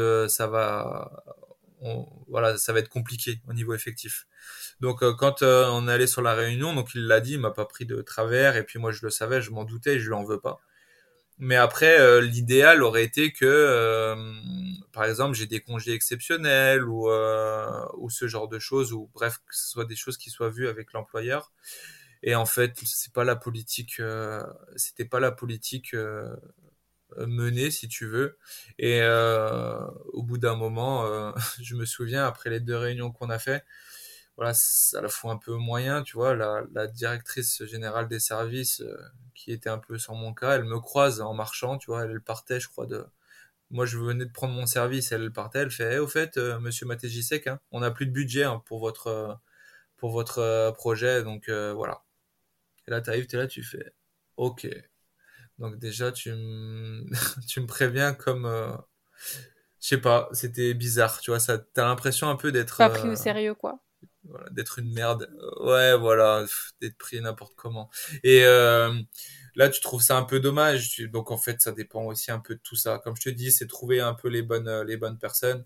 B: voilà, ça va être compliqué au niveau effectif. Donc, quand on est allé sur la réunion, donc il l'a dit, il m'a pas pris de travers, et puis moi je le savais, je m'en doutais, et je lui en veux pas. Mais après, l'idéal aurait été que, par exemple, j'ai des congés exceptionnels ou ce genre de choses, ou bref, que ce soit des choses qui soient vues avec l'employeur. Et en fait, c'était pas la politique menée, si tu veux. Et au bout d'un moment, je me souviens, après les 2 réunions qu'on a fait, voilà, ça la fout un peu moyen, tu vois, la directrice générale des services, qui était un peu sur mon cas, elle me croise en marchant, tu vois, elle partait, je crois, moi je venais de prendre mon service, elle partait, elle fait, au fait, monsieur Matéjisek, hein, on n'a plus de budget hein, pour votre projet, donc voilà. Et là, t'arrives, t'es là, tu fais, ok. Donc déjà, tu me préviens comme, je sais pas, c'était bizarre, tu vois, ça, t'as l'impression un peu d'être,
A: Pas pris au sérieux, quoi.
B: voilà, d'être une merde. Ouais, voilà, d'être pris n'importe comment. Et là, tu trouves ça un peu dommage. Donc en fait, ça dépend aussi un peu de tout ça. Comme je te dis, c'est trouver un peu les bonnes personnes.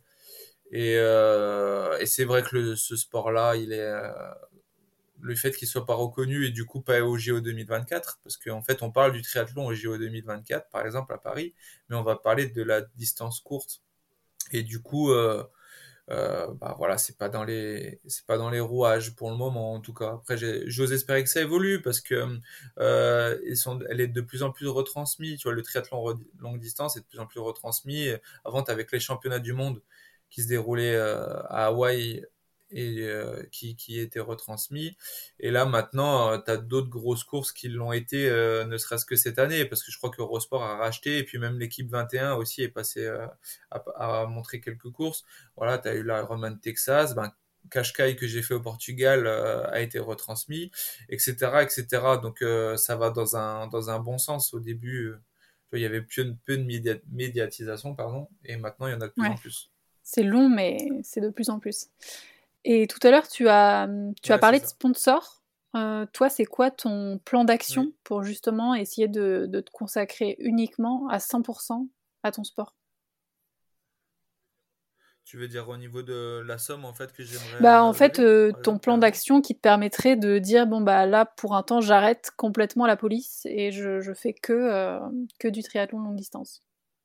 B: Et c'est vrai que ce sport-là, le fait qu'il soit pas reconnu et du coup pas au JO 2024, parce qu'en fait, on parle du triathlon au JO 2024, par exemple à Paris, mais on va parler de la distance courte. Et du coup, bah voilà, c'est pas dans les rouages pour le moment en tout cas. Après, j'ose espérer que ça évolue parce que elle est de plus en plus retransmise. Tu vois, le triathlon longue distance est de plus en plus retransmis. Avant, avec les championnats du monde qui se déroulaient à Hawaï et qui étaient retransmis. Et là, maintenant, tu as d'autres grosses courses qui l'ont été, ne serait-ce que cette année, parce que je crois que Eurosport a racheté, et puis même l'équipe 21 aussi est passée à montrer quelques courses. Voilà, tu as eu l'Ironman Texas, ben, Qashqai que j'ai fait au Portugal a été retransmis, etc., etc. Donc ça va dans un bon sens. Au début, il y avait peu de médiatisation, pardon, et maintenant il y en a de plus en
A: Ouais,
B: plus.
A: c'est long, mais c'est de plus en plus. Et tout à l'heure, tu as
B: Ouais, c'est
A: parlé de
B: ça.
A: sponsors. Toi, c'est quoi ton plan d'action
B: Oui.
A: pour justement essayer de te consacrer uniquement à 100% à ton sport?
B: Tu veux dire au niveau de la somme en fait que
A: Bah, en
B: j'aimerais
A: fait,
B: lever, par
A: ton
B: exemple,
A: plan
B: par mois?
A: d'action qui te permettrait de dire: «Bon, bah, là, pour un temps, j'arrête complètement la police et je fais que du triathlon longue distance».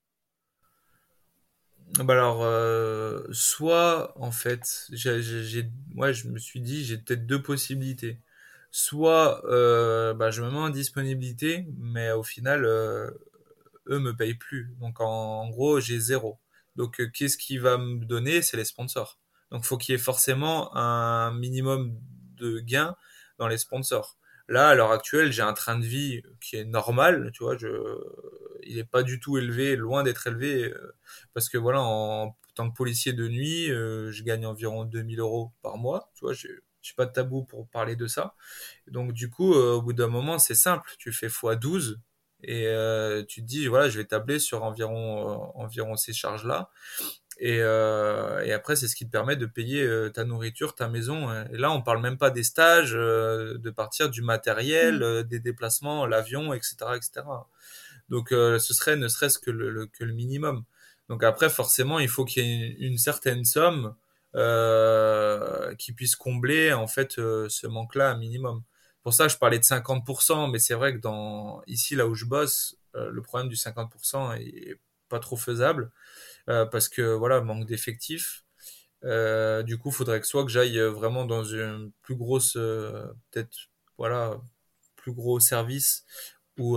B: Bah alors, soit en fait, ouais, je me suis dit, j'ai peut-être deux possibilités. Soit bah, je me mets en disponibilité, mais au final, eux me payent plus. Donc en gros, j'ai zéro. Donc qu'est-ce qui va me donner? C'est les sponsors. Donc faut qu'il y ait forcément un minimum de gains dans les sponsors. Là, à l'heure actuelle, j'ai un train de vie qui est normal, tu vois, il est pas du tout élevé, loin d'être élevé, parce que voilà, en tant que policier de nuit, je gagne environ 2 000 € par mois, tu vois, j'ai pas de tabou pour parler de ça. Donc du coup, au bout d'un moment, c'est simple, tu fais x 12 et tu te dis voilà, je vais tabler sur environ ces charges-là. Et après, c'est ce qui te permet de payer ta nourriture, ta maison. Et là, on parle même pas des stages, de partir du matériel,
A: Mmh.
B: des déplacements, l'avion, etc., etc. Donc, ce serait ne serait-ce que que le minimum. Donc après, forcément, il faut qu'il y ait une certaine somme qui puisse combler en fait ce manque-là un minimum. Pour ça, je parlais de 50%, mais c'est vrai que ici, là où je bosse, le problème du 50% est pas trop faisable parce que voilà, manque d'effectifs. Du coup, il faudrait que soit que j'aille vraiment dans une plus grosse, peut-être, voilà, plus gros service ou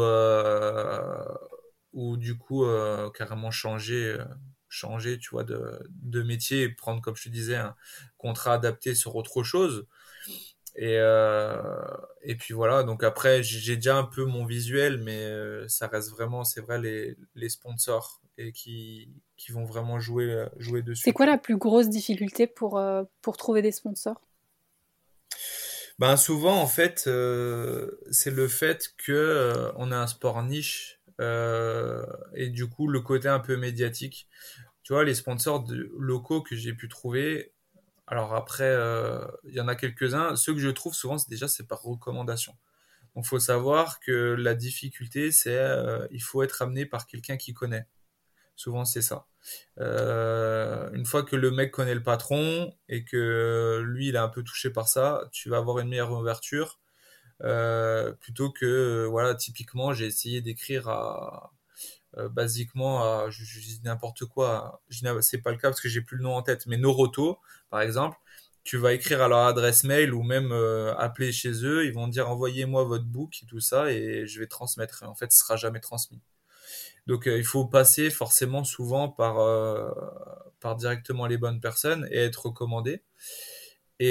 B: du coup carrément changer, tu vois, de métier et prendre, comme je te disais, un contrat adapté sur autre chose. Et, euh, et puis voilà, donc après, j'ai déjà un peu mon visuel, mais ça reste vraiment, c'est vrai, les sponsors et qui vont vraiment jouer
A: C'est
B: dessus,
A: quoi
B: tu
A: la
B: vois.
A: plus grosse difficulté pour trouver des sponsors?
B: Ben souvent, en fait, c'est le fait que on a un sport niche et du coup, le côté un peu médiatique. Tu vois, les sponsors locaux que j'ai pu trouver, alors après, il y en a quelques-uns. Ceux que je trouve souvent, c'est par recommandation. Donc, faut savoir que la difficulté, c'est il faut être amené par quelqu'un qui connaît. Souvent, c'est ça. Une fois que le mec connaît le patron et que lui, il est un peu touché par ça, tu vas avoir une meilleure ouverture. Plutôt que, voilà, typiquement, j'ai essayé d'écrire basiquement je dis n'importe quoi. C'est pas le cas parce que j'ai plus le nom en tête, mais Noroto, par exemple, tu vas écrire à leur adresse mail ou même appeler chez eux, ils vont dire envoyez-moi votre book et tout ça et je vais transmettre. Et en fait, ce sera jamais transmis. Donc il faut passer forcément souvent par directement les bonnes personnes et être recommandé. Et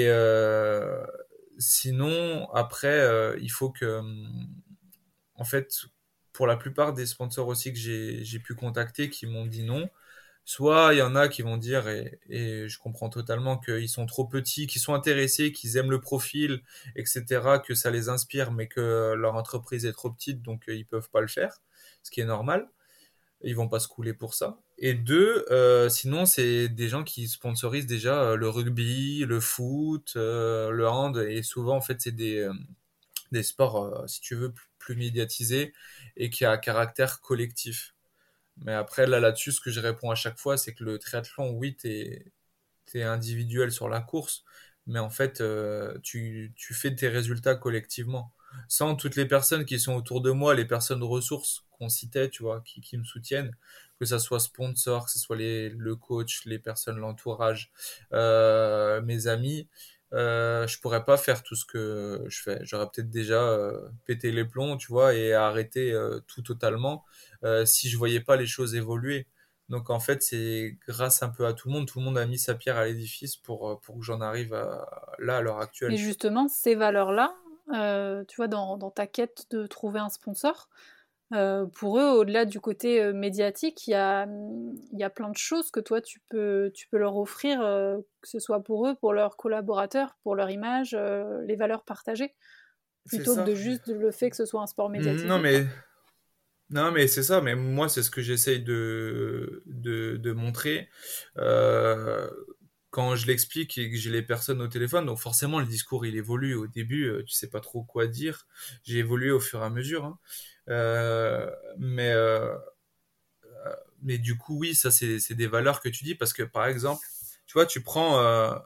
B: sinon, après, il faut que, en fait, pour la plupart des sponsors aussi que j'ai pu contacter qui m'ont dit non, soit il y en a qui vont dire, et je comprends totalement qu'ils sont trop petits, qu'ils sont intéressés, qu'ils aiment le profil, etc., que ça les inspire, mais que leur entreprise est trop petite, donc ils peuvent pas le faire, ce qui est normal. Ils vont pas se couler pour ça. Et deux, sinon, c'est des gens qui sponsorisent déjà le rugby, le foot, le hand, et souvent, en fait, c'est des sports, si tu veux, plus médiatisés et qui a caractère collectif. Mais après, là-dessus, ce que je réponds à chaque fois, c'est que le triathlon, oui, t'es individuel sur la course, mais en fait, tu fais tes résultats collectivement. Sans toutes les personnes qui sont autour de moi, les personnes ressources qu'on citait, tu vois, qui me soutiennent, que ça soit sponsor, que ce soit le coach, les personnes, l'entourage, mes amis, je pourrais pas faire tout ce que je fais. J'aurais peut-être déjà pété les plombs, tu vois, et arrêté tout totalement si je voyais pas les choses évoluer. Donc en fait, c'est grâce un peu à tout le monde. Tout le monde a mis sa pierre à l'édifice pour que j'en arrive là à l'heure
A: Et
B: actuelle.
A: justement, ces valeurs-là, tu vois, dans ta quête de trouver un sponsor, pour eux, au-delà du côté médiatique, il y a plein de choses que toi, tu peux leur offrir, que ce soit pour eux, pour leurs collaborateurs, pour leur image, les valeurs partagées,
B: C'est
A: plutôt que
B: ça.
A: de juste le fait que ce soit un sport
B: Non
A: médiatisé, quoi.
B: mais non mais c'est ça. Mais moi, c'est ce que j'essaye de montrer. Euh, Quand je l'explique et que j'ai les personnes au téléphone, donc forcément le discours il évolue. Au début, tu sais pas trop quoi dire. J'ai évolué au fur et à mesure, hein. Euh, mais mais du coup, oui, ça, c'est des valeurs que tu dis parce que, par exemple, tu vois, tu prends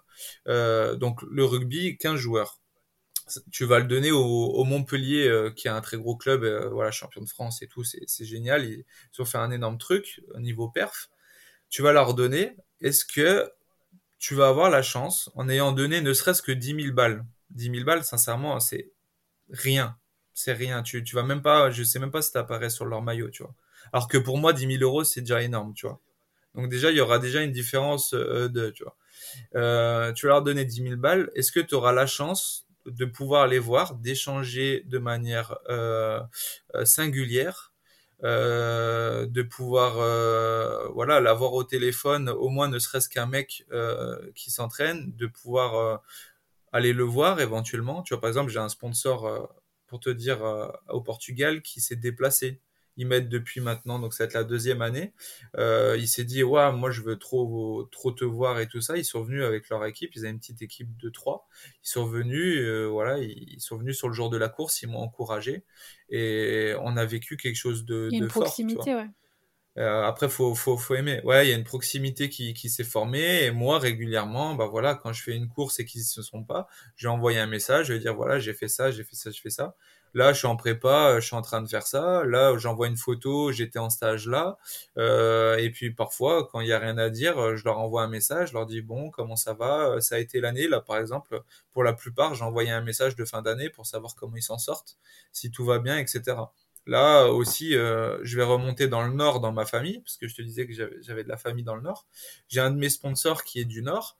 B: donc le rugby, 15 joueurs. Tu vas le donner au Montpellier, qui a un très gros club, voilà, champion de France et tout, c'est génial. Ils ont fait un énorme truc au niveau perf. Tu vas leur donner. Est-ce que tu vas avoir la chance, en ayant donné ne serait-ce que 10 000 balles? 10 000 balles, sincèrement, c'est rien. C'est rien. Tu vas même pas, je sais même pas si t'apparais sur leur maillot, tu vois. Alors que pour moi, 10 000 euros, c'est déjà énorme, tu vois. Donc déjà, il y aura déjà une différence tu vois. Tu vas leur donner 10 000 balles. Est-ce que tu auras la chance de pouvoir les voir, d'échanger de manière singulière, de pouvoir voilà, l'avoir au téléphone, au moins ne serait-ce qu'un mec qui s'entraîne, de pouvoir aller le voir éventuellement. Tu vois, par exemple, j'ai un sponsor, pour te dire, au Portugal qui s'est déplacé. Ils m'aident depuis maintenant, donc ça va être la deuxième année. Il s'est dit, ouais, moi je veux trop te voir et tout ça. Ils sont venus avec leur équipe, ils avaient une petite équipe de trois. Ils sont venus, voilà, ils sont venus sur le jour de la course, ils m'ont encouragé et on a vécu quelque chose
A: Il y a une
B: de fort, tu vois.
A: proximité, ouais.
B: Après, faut aimer. Ouais, il y a une proximité qui s'est formée. Et moi, régulièrement, bah voilà, quand je fais une course et qu'ils se sont pas, je vais envoyer un message, je vais dire voilà, j'ai fait ça, j'ai fait ça, je fais ça. Là, je suis en prépa, je suis en train de faire ça. Là, j'envoie une photo, j'étais en stage là. Et puis parfois, quand il y a rien à dire, je leur envoie un message, je leur dis bon, comment ça va? Ça a été l'année là, par exemple. Pour la plupart, j'ai envoyé un message de fin d'année pour savoir comment ils s'en sortent, si tout va bien, etc. Là aussi, je vais remonter dans le nord dans ma famille, parce que je te disais que j'avais de la famille dans le nord. J'ai un de mes sponsors qui est du nord.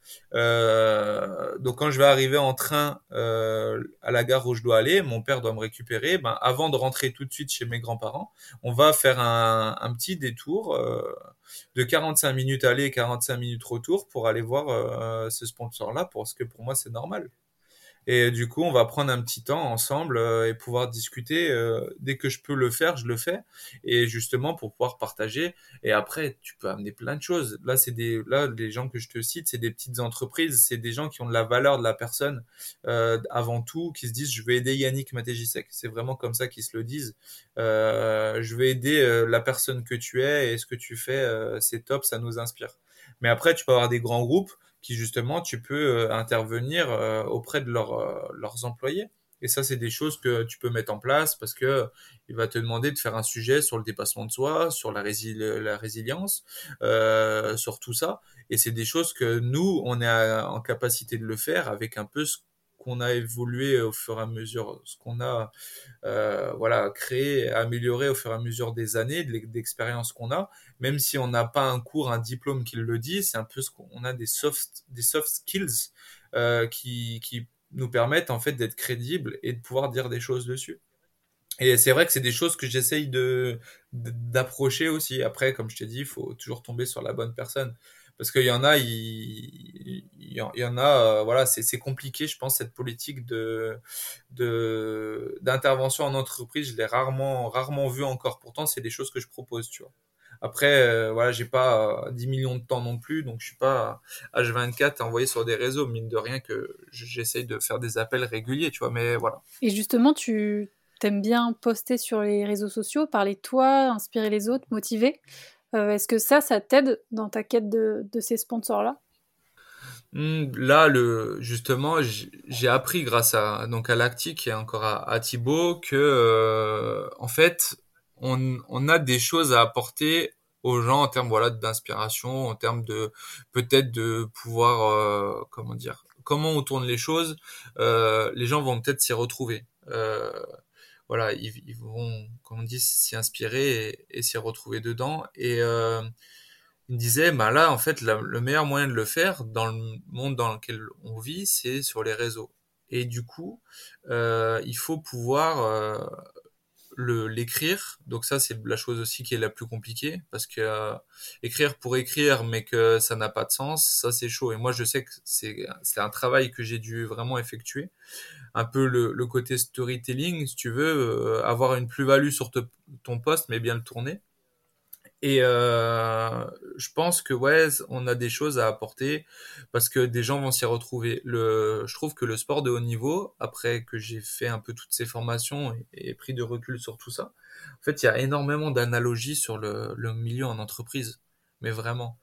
B: Donc quand je vais arriver en train à la gare où je dois aller, mon père doit me récupérer. Ben, avant de rentrer tout de suite chez mes grands-parents, on va faire un petit détour de 45 minutes aller et 45 minutes retour pour aller voir ce sponsor-là, parce que pour moi c'est normal. Et du coup, on va prendre un petit temps ensemble et pouvoir discuter. Dès que je peux le faire, je le fais. Et justement, pour pouvoir partager. Et après, tu peux amener plein de choses. Là, les gens que je te cite, c'est des petites entreprises. C'est des gens qui ont de la valeur de la personne avant tout, qui se disent, je vais aider Yannick Matejisek. C'est vraiment comme ça qu'ils se le disent. Je vais aider la personne que tu es et ce que tu fais, c'est top, ça nous inspire. Mais après, tu peux avoir des grands groupes qui justement tu peux intervenir auprès de leurs employés. Et ça, c'est des choses que tu peux mettre en place parce que il va te demander de faire un sujet sur le dépassement de soi, sur la résilience, sur tout ça. Et c'est des choses que nous, on est en capacité de le faire avec un peu ce qu'on a évolué au fur et à mesure, ce qu'on a voilà, créer, améliorer au fur et à mesure des années, d'expérience qu'on a, même si on n'a pas un cours, un diplôme qui le dit, c'est un peu ce qu'on a des soft skills qui nous permettent en fait d'être crédibles et de pouvoir dire des choses dessus. Et c'est vrai que c'est des choses que j'essaye d'approcher aussi. Après, comme je t'ai dit, il faut toujours tomber sur la bonne personne. Parce qu'il y en a, il y en a, voilà, c'est compliqué, je pense, cette politique d'intervention en entreprise. Je l'ai rarement vu encore. Pourtant, c'est des choses que je propose, tu vois. Après, voilà, j'ai pas 10 millions de temps non plus, donc je suis pas H24 envoyé sur des réseaux, mine de rien que j'essaye de faire des appels réguliers, tu vois, mais voilà.
A: Et justement, tu t'aimes bien poster sur les réseaux sociaux, parler de toi, inspirer les autres, motiver. Est-ce que ça t'aide dans ta quête de ces sponsors-là?
B: Là, justement, j'ai appris grâce à Lactic et encore à Thibaut que, en fait, on a des choses à apporter aux gens en termes, voilà, d'inspiration, en termes de, peut-être de pouvoir, comment dire, comment on tourne les choses, les gens vont peut-être s'y retrouver. Voilà, ils vont, comme on dit, s'y inspirer et s'y retrouver dedans. Il me disait, bah là, en fait, le meilleur moyen de le faire dans le monde dans lequel on vit, c'est sur les réseaux. Et du coup, il faut pouvoir l'écrire. Donc ça, c'est la chose aussi qui est la plus compliquée, parce que écrire pour écrire, mais que ça n'a pas de sens, ça c'est chaud. Et moi, je sais que c'est un travail que j'ai dû vraiment effectuer. Un peu le côté storytelling, si tu veux, avoir une plus-value sur ton poste, mais bien le tourner. Et je pense que ouais, on a des choses à apporter parce que des gens vont s'y retrouver. Je trouve que le sport de haut niveau, après que j'ai fait un peu toutes ces formations et pris de recul sur tout ça, en fait, il y a énormément d'analogies sur le milieu en entreprise, mais vraiment.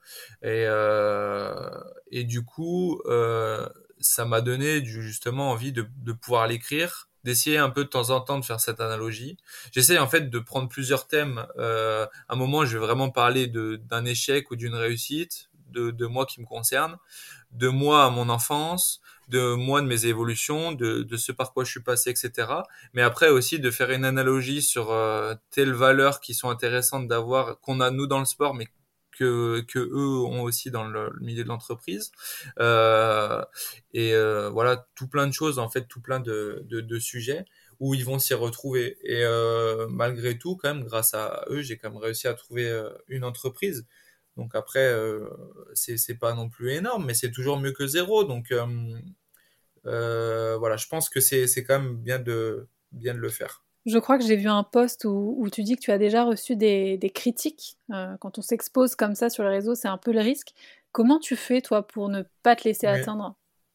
B: Et du coup, ça m'a donné justement envie de pouvoir l'écrire, d'essayer un peu de temps en temps de faire cette analogie. J'essaie en fait de prendre plusieurs thèmes. À un moment, je vais vraiment parler d'un échec ou d'une réussite, de moi qui me concerne, de moi à mon enfance, de moi de mes évolutions, de ce par quoi je suis passé, etc. Mais après aussi de faire une analogie sur telles valeurs qui sont intéressantes d'avoir, qu'on a nous dans le sport, mais que eux ont aussi dans le milieu de l'entreprise. Euh, voilà, tout plein de choses, en fait, tout plein de sujets où ils vont s'y retrouver. Et malgré tout, quand même, grâce à eux, j'ai quand même réussi à trouver une entreprise. Donc après, c'est pas non plus énorme, mais c'est toujours mieux que zéro. Donc voilà, je pense que c'est quand même bien de le faire.
A: Je crois que j'ai vu un post où tu dis que tu as déjà reçu des critiques. Quand on s'expose comme ça sur les réseaux, c'est un peu le risque. Comment tu fais, toi, pour ne pas te laisser
B: Oui.
A: atteindre?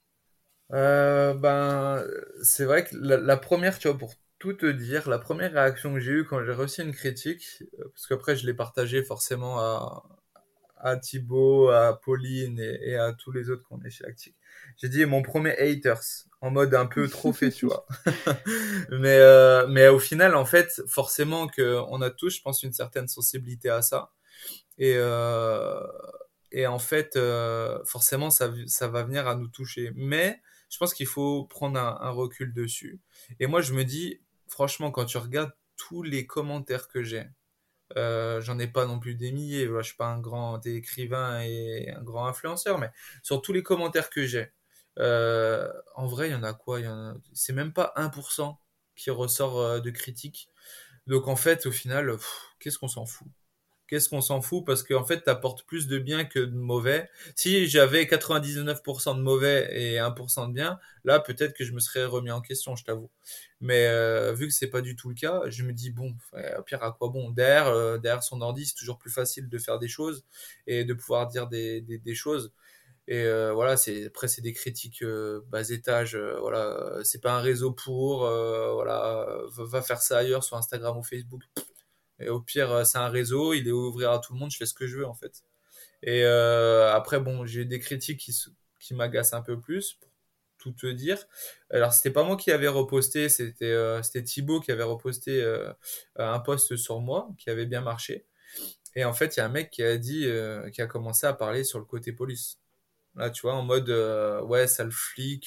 B: Ben, c'est vrai que la première, tu vois, pour tout te dire, la première réaction que j'ai eue quand j'ai reçu une critique, parce qu'après je l'ai partagée forcément à Thibaut, à Pauline et à tous les autres qu'on est chez Lactic. J'ai dit mon premier haters, en mode un peu trophée, tu vois. Mais au final, en fait, forcément que on a tous, je pense, une certaine sensibilité à ça. Et, et en fait, forcément, ça va venir à nous toucher. Mais je pense qu'il faut prendre un recul dessus. Et moi, je me dis, franchement, quand tu regardes tous les commentaires que j'ai, j'en ai pas non plus des milliers. Voilà, je suis pas un grand écrivain et un grand influenceur, mais sur tous les commentaires que j'ai, en vrai, il y en a quoi? C'est même pas 1% qui ressort de critiques. Donc en fait, au final, qu'est-ce qu'on s'en fout? Qu'est-ce qu'on s'en fout? Parce qu'en fait, t'apportes plus de bien que de mauvais. Si j'avais 99% de mauvais et 1% de bien, là, peut-être que je me serais remis en question, je t'avoue. Mais vu que c'est pas du tout le cas, je me dis, bon, au pire, à quoi bon? Derrière son ordi, c'est toujours plus facile de faire des choses et de pouvoir dire des choses. Et voilà, après, c'est des critiques bas étage. Voilà, c'est pas un réseau voilà, va faire ça ailleurs sur Instagram ou Facebook. Et au pire, c'est un réseau, il est ouvert à tout le monde, je fais ce que je veux en fait. Et après, bon, j'ai des critiques qui m'agacent un peu plus, pour tout te dire. Alors, c'était pas moi qui avait reposté, c'était Thibaut qui avait reposté un post sur moi, qui avait bien marché. Et en fait, il y a un mec qui a dit, qui a commencé à parler sur le côté police. Là, tu vois, en mode, ouais, sale flic,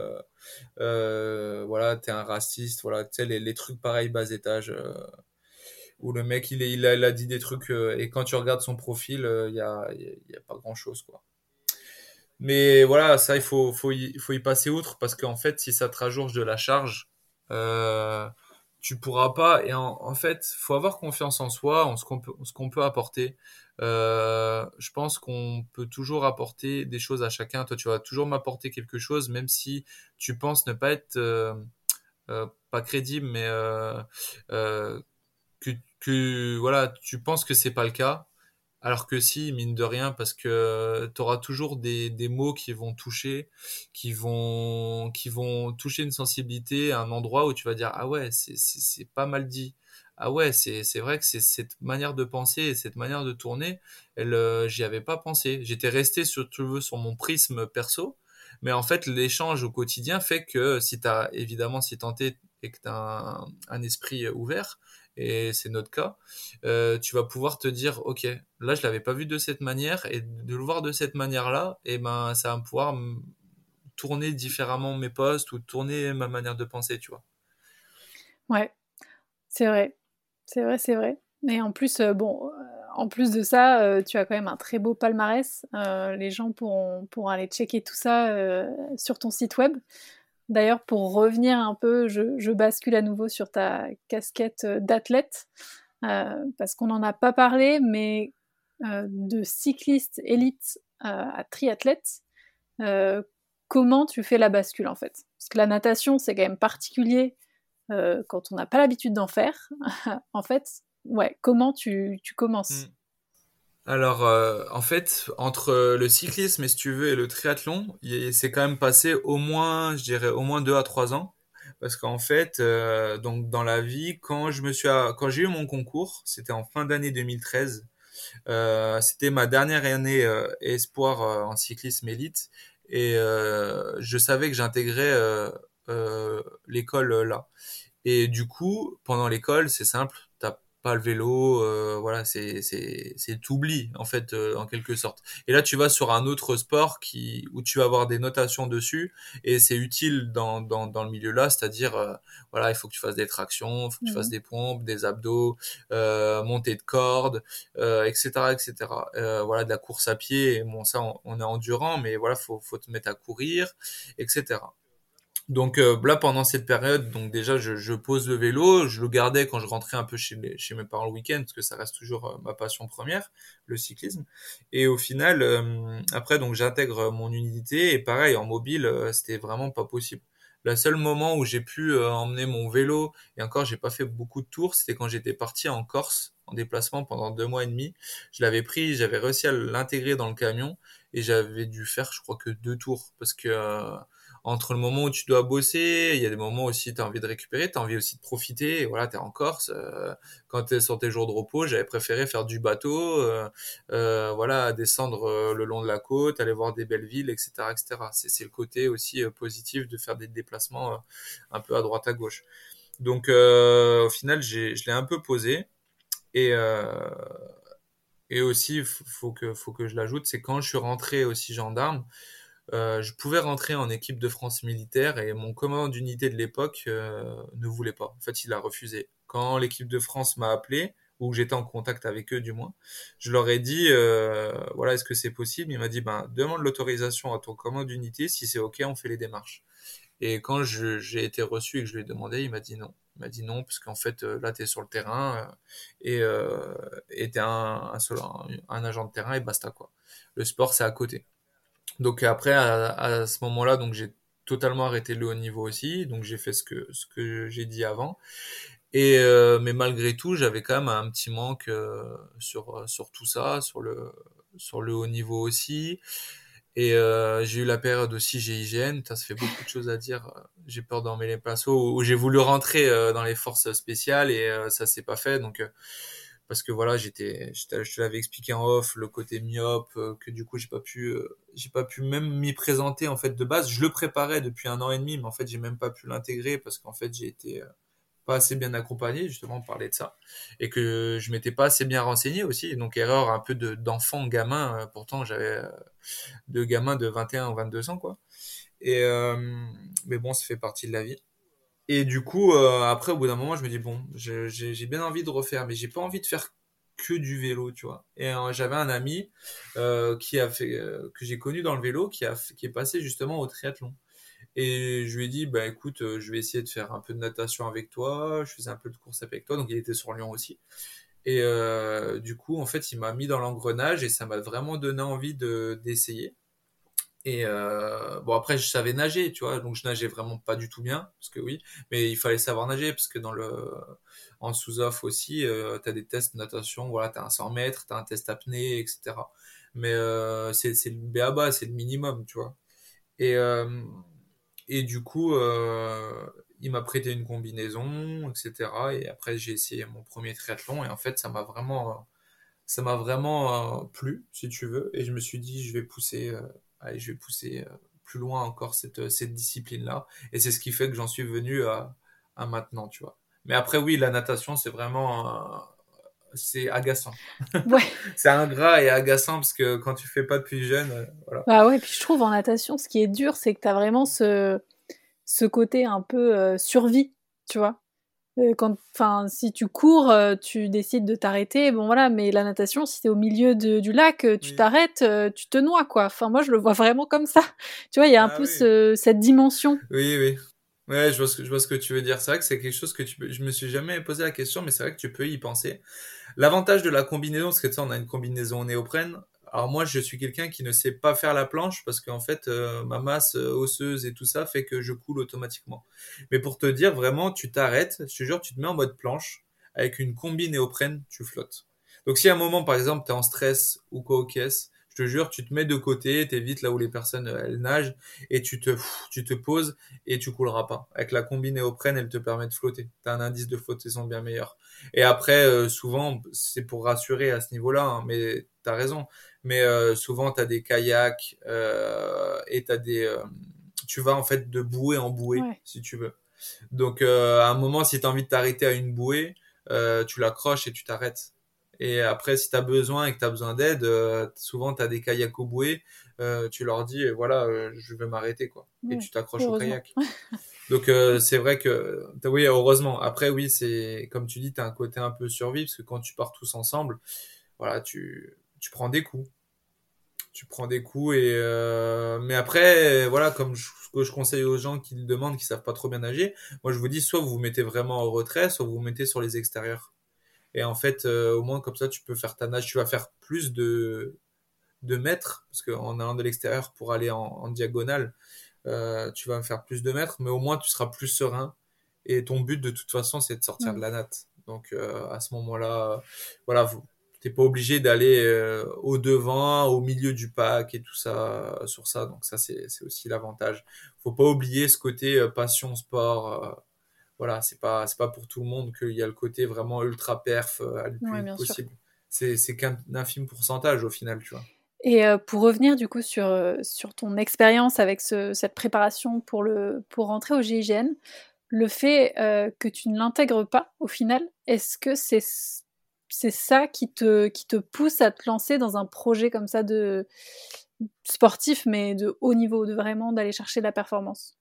B: voilà, t'es un raciste, voilà, tu sais, les trucs pareils, bas étage. Où le mec il a dit des trucs et quand tu regardes son profil, il y a pas grand-chose quoi. Mais voilà, ça il faut y passer outre parce qu'en fait, si ça te rajoute de la charge, tu pourras pas. Et en fait, faut avoir confiance en soi, en ce qu'on peut apporter. Je pense qu'on peut toujours apporter des choses à chacun. Toi, tu vas toujours m'apporter quelque chose, même si tu penses ne pas être pas crédible, mais euh, que voilà, tu penses que c'est pas le cas, Alors que si, mine de rien, parce que tu auras toujours des mots qui vont toucher une sensibilité à un endroit où tu vas dire, ah ouais, c'est pas mal dit. Ah ouais, c'est vrai que c'est cette manière de penser et cette manière de tourner, j'y avais pas pensé. J'étais resté sur, tu veux, sur mon prisme perso, mais en fait, l'échange au quotidien fait que si t'as, évidemment, si tant est et que t'as un esprit ouvert, et c'est notre cas, tu vas pouvoir te dire, ok, là je l'avais pas vu de cette manière, et de le voir de cette manière-là, et ben ça va pouvoir tourner différemment mes postes ou tourner ma manière de penser, tu vois.
A: Ouais, c'est vrai. C'est vrai, c'est vrai. Et en plus, bon, en plus de ça, tu as quand même un très beau palmarès. Les gens pourront aller checker tout ça sur ton site web. D'ailleurs, pour revenir un peu, je bascule à nouveau sur ta casquette d'athlète, parce qu'on n'en a pas parlé, mais de cycliste élite à triathlète, euh, comment tu fais la bascule en fait? Parce que la natation, c'est quand même particulier quand on n'a pas l'habitude d'en faire. En fait, ouais, comment tu
B: Hmm.
A: commences?
B: Alors, en fait, entre le cyclisme, et si tu veux, et le triathlon, c'est quand même passé au moins, je dirais, au moins 2 à 3 ans. Parce qu'en fait, donc dans la vie, quand j'ai eu mon concours, c'était en fin d'année 2013. C'était ma dernière année espoir en cyclisme élite, et je savais que j'intégrais l'école là. Et du coup, pendant l'école, c'est simple, t'as pas le vélo, voilà, c'est t'oublies en fait, en quelque sorte. Et là, tu vas sur un autre sport où tu vas avoir des notations dessus, et c'est utile dans le milieu là, c'est-à-dire, voilà, il faut que tu fasses des tractions, il faut que tu fasses
A: Mhm.
B: des pompes, des abdos, montée de corde, etc., etc. Voilà, de la course à pied. Et bon, ça, on est endurant, mais voilà, faut te mettre à courir, etc. Donc là, pendant cette période, donc déjà, je pose le vélo, je le gardais quand je rentrais un peu chez mes parents le week-end, parce que ça reste toujours ma passion première, le cyclisme. Et au final, après, donc j'intègre mon unité, et pareil, en mobile, c'était vraiment pas possible. Le seul moment où j'ai pu emmener mon vélo, et encore, j'ai pas fait beaucoup de tours, c'était quand j'étais parti en Corse, en déplacement pendant 2 mois et demi. Je l'avais pris, j'avais réussi à l'intégrer dans le camion, et j'avais dû faire, je crois que 2 tours, parce que entre le moment où tu dois bosser, il y a des moments aussi tu as envie de récupérer, tu as envie aussi de profiter, et voilà, tu es en Corse, quand tu es sur tes jours de repos, j'avais préféré faire du bateau, voilà, descendre le long de la côte, aller voir des belles villes, etc., etc. C'est le côté aussi positif de faire des déplacements un peu à droite à gauche. Donc au final, je l'ai un peu posé, et et aussi faut que je l'ajoute, c'est quand je suis rentré aussi gendarme, je pouvais rentrer en équipe de France militaire, et mon commandant d'unité de l'époque ne voulait pas. En fait, il a refusé. Quand l'équipe de France m'a appelé, ou que j'étais en contact avec eux du moins, je leur ai dit, voilà, est-ce que c'est possible? Il m'a dit, ben, demande l'autorisation à ton commandant d'unité, si c'est OK, on fait les démarches. Et quand j'ai été reçu et que je lui ai demandé, il m'a dit non. Il m'a dit non, parce qu'en fait, là, tu es sur le terrain, et tu es un agent de terrain, et basta, quoi. Le sport, c'est à côté. Donc après, à ce moment-là, donc j'ai totalement arrêté le haut niveau aussi. Donc j'ai fait ce que j'ai dit avant. Et mais malgré tout, j'avais quand même un petit manque sur tout ça, sur le haut niveau aussi. Et j'ai eu la période aussi GIGN. Ça se fait beaucoup de choses à dire. J'ai peur d'en mêler les pinceaux. Où j'ai voulu rentrer dans les forces spéciales, et ça s'est pas fait. Donc parce que voilà, je te l'avais expliqué en off, le côté myope, que du coup j'ai pas pu même m'y présenter en fait de base. Je le préparais depuis 1 an et demi, mais en fait j'ai même pas pu l'intégrer, parce qu'en fait j'ai été pas assez bien accompagné, justement, on parlait de ça, et que je m'étais pas assez bien renseigné aussi. Donc erreur un peu d'enfant gamin. Pourtant j'avais deux gamins de 21 ou 22 ans, quoi. Et mais bon, ça fait partie de la vie. Et du coup, après, au bout d'un moment, je me dis, bon, j'ai bien envie de refaire, mais j'ai pas envie de faire que du vélo, tu vois. Et j'avais un ami que j'ai connu dans le vélo, qui est passé justement au triathlon. Et je lui ai dit, bah écoute, je vais essayer de faire un peu de natation avec toi. Je faisais un peu de course avec toi, donc il était sur Lyon aussi. Et du coup, en fait, il m'a mis dans l'engrenage, et ça m'a vraiment donné envie d'essayer. Et bon, après, je savais nager, tu vois, donc je nageais vraiment pas du tout bien, parce que oui, mais il fallait savoir nager, parce que en sous-off aussi, t'as des tests de natation, voilà, t'as un 100 mètres, t'as un test apnée, etc. Mais c'est le b.a.-ba, c'est le minimum, tu vois. Et, euh, et du coup, il m'a prêté une combinaison, etc. Et après, j'ai essayé mon premier triathlon, et en fait, ça m'a vraiment plu, si tu veux, et je me suis dit, allez, je vais pousser plus loin encore cette discipline-là, et c'est ce qui fait que j'en suis venu à maintenant, tu vois. Mais après, oui, la natation, c'est agaçant.
A: Ouais.
B: C'est ingrat et agaçant parce que quand tu fais pas depuis jeune, voilà.
A: Bah ouais, puis je trouve en natation, ce qui est dur, c'est que t'as vraiment ce côté un peu survie, tu vois. Enfin, si tu cours, tu décides de t'arrêter, bon voilà, mais la natation, si t'es au milieu du lac, tu
B: Oui.
A: t'arrêtes, tu te noies, quoi. Enfin, moi, je le vois vraiment comme ça. Tu vois, il y a un
B: Ah
A: peu
B: oui.
A: cette dimension.
B: Oui, oui. Ouais, je vois ce que tu veux dire. C'est vrai que c'est quelque chose que je me suis jamais posé la question, mais c'est vrai que tu peux y penser. L'avantage de la combinaison, parce que tu sais, on a une combinaison en néoprène. Alors moi, je suis quelqu'un qui ne sait pas faire la planche parce qu'en fait, ma masse osseuse et tout ça fait que je coule automatiquement. Mais pour te dire vraiment, tu t'arrêtes, je te jure, tu te mets en mode planche avec une combi néoprène, tu flottes. Donc si à un moment, par exemple, tu es en stress ou quoi au caisse, je te jure, tu te mets de côté, t'évites là où les personnes elles nagent et tu te poses et tu couleras pas. Avec la combi néoprène, elle te permet de flotter. Tu as un indice de flottaison bien meilleur. Et après, souvent, c'est pour rassurer à ce niveau-là, hein, mais t'as raison. Mais souvent, t'as des kayaks et tu vas en fait de bouée en bouée,
A: Ouais.
B: si tu veux. Donc, à un moment, si t'as envie de t'arrêter à une bouée, tu l'accroches et tu t'arrêtes. Et après, si t'as besoin et que t'as besoin d'aide, souvent t'as des kayaks aux bouées. Tu leur dis, voilà, je vais m'arrêter quoi. Et
A: Ouais,
B: tu t'accroches au
A: heureusement.
B: kayak. Donc c'est vrai que oui, heureusement. Après oui, c'est comme tu dis, tu as un côté un peu survie parce que quand tu pars tous ensemble, voilà, tu prends des coups. Tu prends des coups et mais après voilà, ce que je conseille aux gens qui le demandent qui savent pas trop bien nager, moi je vous dis soit vous vous mettez vraiment en retrait, soit vous vous mettez sur les extérieurs. Et en fait au moins comme ça tu peux faire ta nage, tu vas faire plus de mètres parce qu'en allant de l'extérieur pour aller en diagonale, tu vas faire plus de mètres, mais au moins tu seras plus serein. Et ton but de toute façon, c'est de sortir de
A: Mm.
B: la natte. Donc à ce moment-là, voilà, t'es pas obligé d'aller au devant, au milieu du pack et tout ça sur ça. Donc ça, c'est aussi l'avantage. Faut pas oublier ce côté passion sport. Voilà, c'est pas pour tout le monde qu'il y a le côté vraiment ultra perf, aller le plus
A: Ouais,
B: vite
A: bien sûr.
B: possible. C'est qu'un infime pourcentage au final, tu vois.
A: Et pour revenir du coup sur ton expérience avec cette préparation pour rentrer au GIGN, le fait que tu ne l'intègres pas au final, est-ce que c'est ça qui te pousse à te lancer dans un projet comme ça de sportif, mais de haut niveau, de vraiment d'aller chercher de la performance?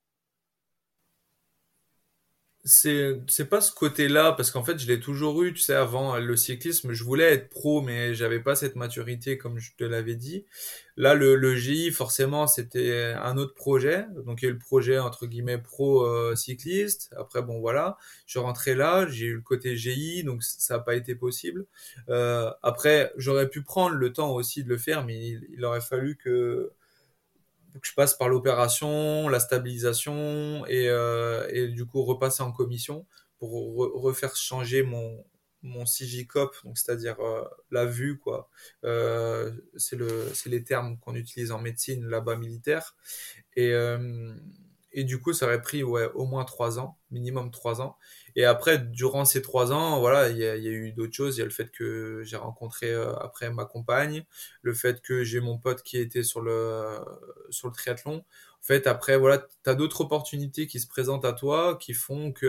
B: C'est pas ce côté-là parce qu'en fait je l'ai toujours eu, tu sais, avant le cyclisme je voulais être pro mais j'avais pas cette maturité comme je te l'avais dit. Là le GI forcément c'était un autre projet, donc il y a eu le projet entre guillemets pro cycliste. Après bon voilà, je suis rentré là, j'ai eu le côté GI donc ça a pas été possible. Après j'aurais pu prendre le temps aussi de le faire mais il aurait fallu que je passe par l'opération, la stabilisation et du coup repasser en commission pour refaire changer mon CJCOP, donc c'est-à-dire la vue quoi. C'est les termes qu'on utilise en médecine là-bas militaire. Et, euh, et du coup, ça aurait pris ouais, au moins 3 ans, minimum 3 ans. Et après, durant ces 3 ans, voilà, il y a eu d'autres choses. Il y a le fait que j'ai rencontré après ma compagne, le fait que j'ai mon pote qui était sur le triathlon. En fait, après, voilà, tu as d'autres opportunités qui se présentent à toi qui font que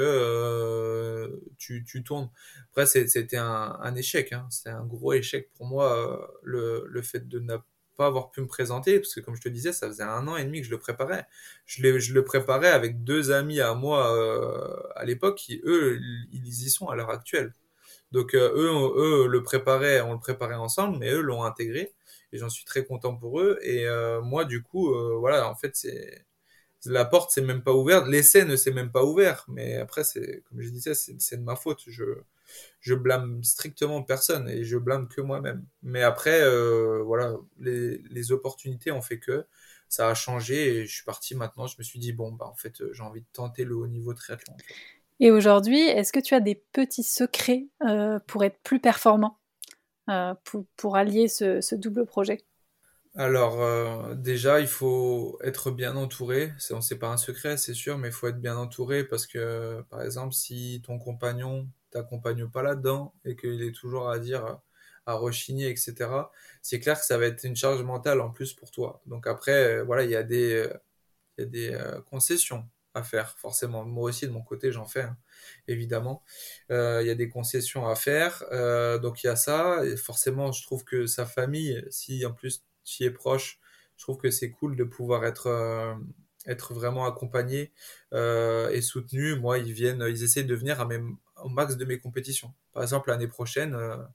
B: tu tournes. Après, c'était un échec, hein. C'était un gros échec pour moi, le fait de ne pas avoir pu me présenter, parce que comme je te disais, ça faisait 1 an et demi que je le préparais. Je le préparais avec deux amis à moi à l'époque qui, eux, ils y sont à l'heure actuelle. Donc eux on le préparait ensemble, mais eux l'ont intégré et j'en suis très content pour eux. Et moi, du coup, voilà, en fait, la porte s'est même pas ouverte, l'essai ne s'est même pas ouvert. Mais après, c'est comme je disais, c'est de ma faute. Je blâme strictement personne et je blâme que moi-même. Mais après, voilà, les opportunités ont fait que. ça a changé et je suis parti maintenant. Je me suis dit, bon, bah, en fait, j'ai envie de tenter le haut niveau triathlon, en fait.
A: Et aujourd'hui, est-ce que tu as des petits secrets pour être plus performant, pour allier ce double projet?
B: Alors, déjà, il faut être bien entouré. C'est pas un secret, c'est sûr, mais il faut être bien entouré parce que, par exemple, si ton compagnon t'accompagne pas là-dedans et qu'il est toujours à dire, à rechigner, etc., c'est clair que ça va être une charge mentale en plus pour toi. Donc après, voilà, il y a des concessions à faire, forcément. Moi aussi, de mon côté, j'en fais, hein, évidemment. Il y a des concessions à faire, donc il y a ça. Et forcément, je trouve que sa famille, si en plus tu y es proche, je trouve que c'est cool de pouvoir être vraiment accompagné et soutenu. Moi, ils essaient de venir au max de mes compétitions. Par exemple, l'année prochaine,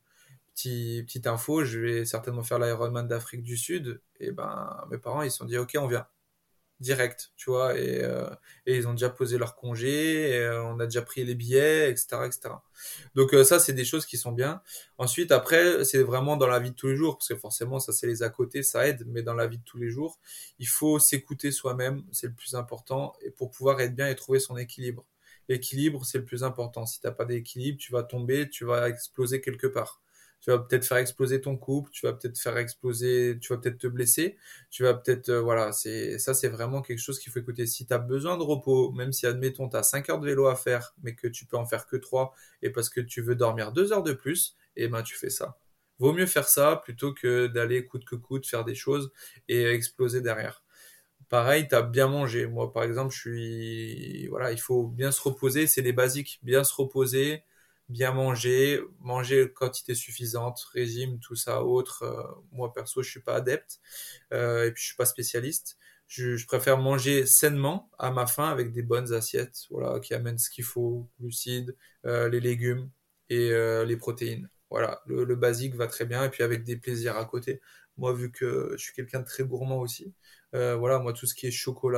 B: petite info, je vais certainement faire l'Ironman d'Afrique du Sud. Et ben, mes parents, ils se sont dit, ok, on vient direct, tu vois, et ils ont déjà posé leur congé, et, on a déjà pris les billets, etc., etc. Donc ça, c'est des choses qui sont bien. Ensuite, après, c'est vraiment dans la vie de tous les jours, parce que forcément, ça, c'est les à côté, ça aide, mais dans la vie de tous les jours, il faut s'écouter soi-même, c'est le plus important, et pour pouvoir être bien et trouver son équilibre. L'équilibre, c'est le plus important. Si t'as pas d'équilibre, tu vas tomber, tu vas exploser quelque part. Tu vas peut-être faire exploser ton couple, tu vas peut-être te blesser, tu vas peut-être, voilà, c'est vraiment quelque chose qu'il faut écouter. Si tu as besoin de repos, même si, admettons, tu as 5 heures de vélo à faire, mais que tu peux en faire que 3, et parce que tu veux dormir 2 heures de plus, eh ben, tu fais ça. Vaut mieux faire ça plutôt que d'aller coûte que coûte faire des choses et exploser derrière. Pareil, tu as bien mangé. Moi, par exemple, voilà, il faut bien se reposer, c'est les basiques. Bien se reposer, bien manger, manger quantité suffisante, régime, tout ça, autre. Moi, perso, je suis pas adepte et puis je suis pas spécialiste. Je préfère manger sainement à ma faim avec des bonnes assiettes, voilà, qui amènent ce qu'il faut, glucides, les légumes et les protéines. Voilà, le basique va très bien et puis avec des plaisirs à côté. Moi, vu que je suis quelqu'un de très gourmand aussi, voilà, moi tout ce qui est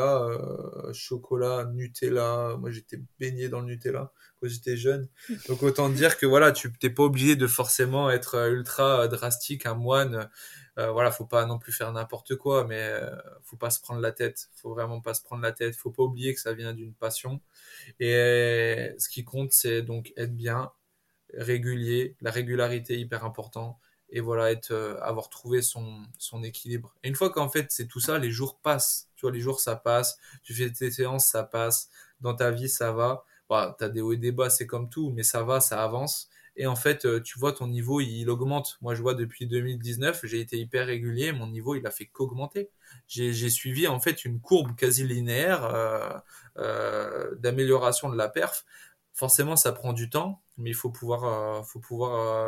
B: chocolat, Nutella, moi j'étais baigné dans le Nutella quand j'étais jeune. Donc autant dire que voilà, tu t'es pas obligé de forcément être ultra drastique, un moine. Voilà, faut pas non plus faire n'importe quoi, mais faut pas se prendre la tête. Faut vraiment pas se prendre la tête. Faut pas oublier que ça vient d'une passion. Et ce qui compte, c'est donc être bien, régulier, la régularité hyper important. Et voilà, avoir trouvé son équilibre. Et une fois qu'en fait c'est tout ça, les jours passent. Tu vois, les jours ça passe. Tu fais tes séances, ça passe. Dans ta vie, ça va. Bah, t'as des hauts et des bas, c'est comme tout, mais ça va, ça avance. Et en fait, tu vois, ton niveau, il augmente. Moi, je vois depuis 2019, j'ai été hyper régulier. Mon niveau, il a fait qu'augmenter. J'ai suivi en fait une courbe quasi linéaire d'amélioration de la perf. Forcément, ça prend du temps, mais il faut pouvoir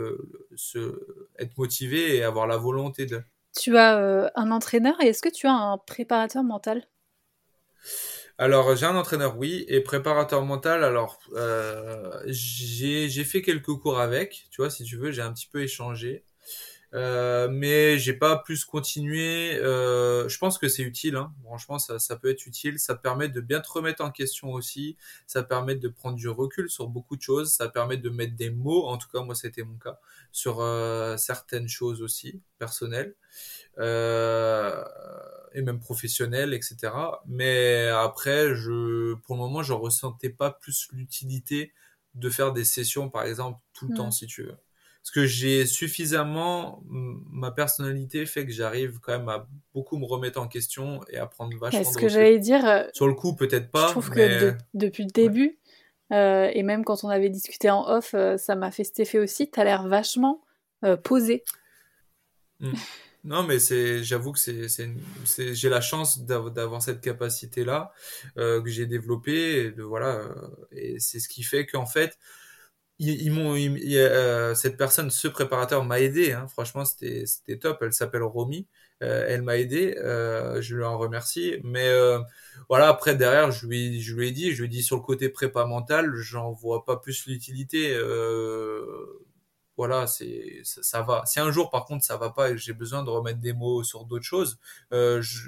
B: être motivé et avoir la volonté de.
A: Tu as un entraîneur et est-ce que tu as un préparateur mental?
B: Alors, j'ai un entraîneur, oui, et préparateur mental. Alors, j'ai fait quelques cours avec, tu vois, si tu veux, j'ai un petit peu échangé. Mais j'ai pas plus continué. Je pense que c'est utile, hein. Franchement, ça peut être utile. Ça te permet de bien te remettre en question aussi. Ça permet de prendre du recul sur beaucoup de choses. Ça permet de mettre des mots, en tout cas moi c'était mon cas, sur certaines choses aussi personnelles et même professionnelles, etc. Mais après, pour le moment, je ressentais pas plus l'utilité de faire des sessions, par exemple, tout le temps,
A: Hmm.
B: si tu veux. Parce que j'ai suffisamment, ma personnalité fait que j'arrive quand même à beaucoup me remettre en question et à prendre
A: Ouais,
B: vachement
A: ce
B: de
A: que
B: recul.
A: j'allais dire,
B: Sur le coup, peut-être
A: je
B: pas,
A: trouve que
B: mais
A: depuis le
B: ouais.
A: début, et même quand on avait discuté en off, ça m'a fait cet effet aussi. T'as l'air vachement posé.
B: Mm. Non, mais j'avoue que j'ai la chance d'avoir cette capacité-là que j'ai développée, et voilà, et c'est ce qui fait qu'en fait, ils m'ont, cette personne, ce préparateur m'a aidé, hein. Franchement, c'était top. Elle s'appelle Romy. Elle m'a aidé. Je lui en remercie. Mais voilà, après derrière, je lui ai dit sur le côté prépa mental, j'en vois pas plus l'utilité. Voilà, ça va. Si un jour, par contre, ça va pas et que j'ai besoin de remettre des mots sur d'autres choses,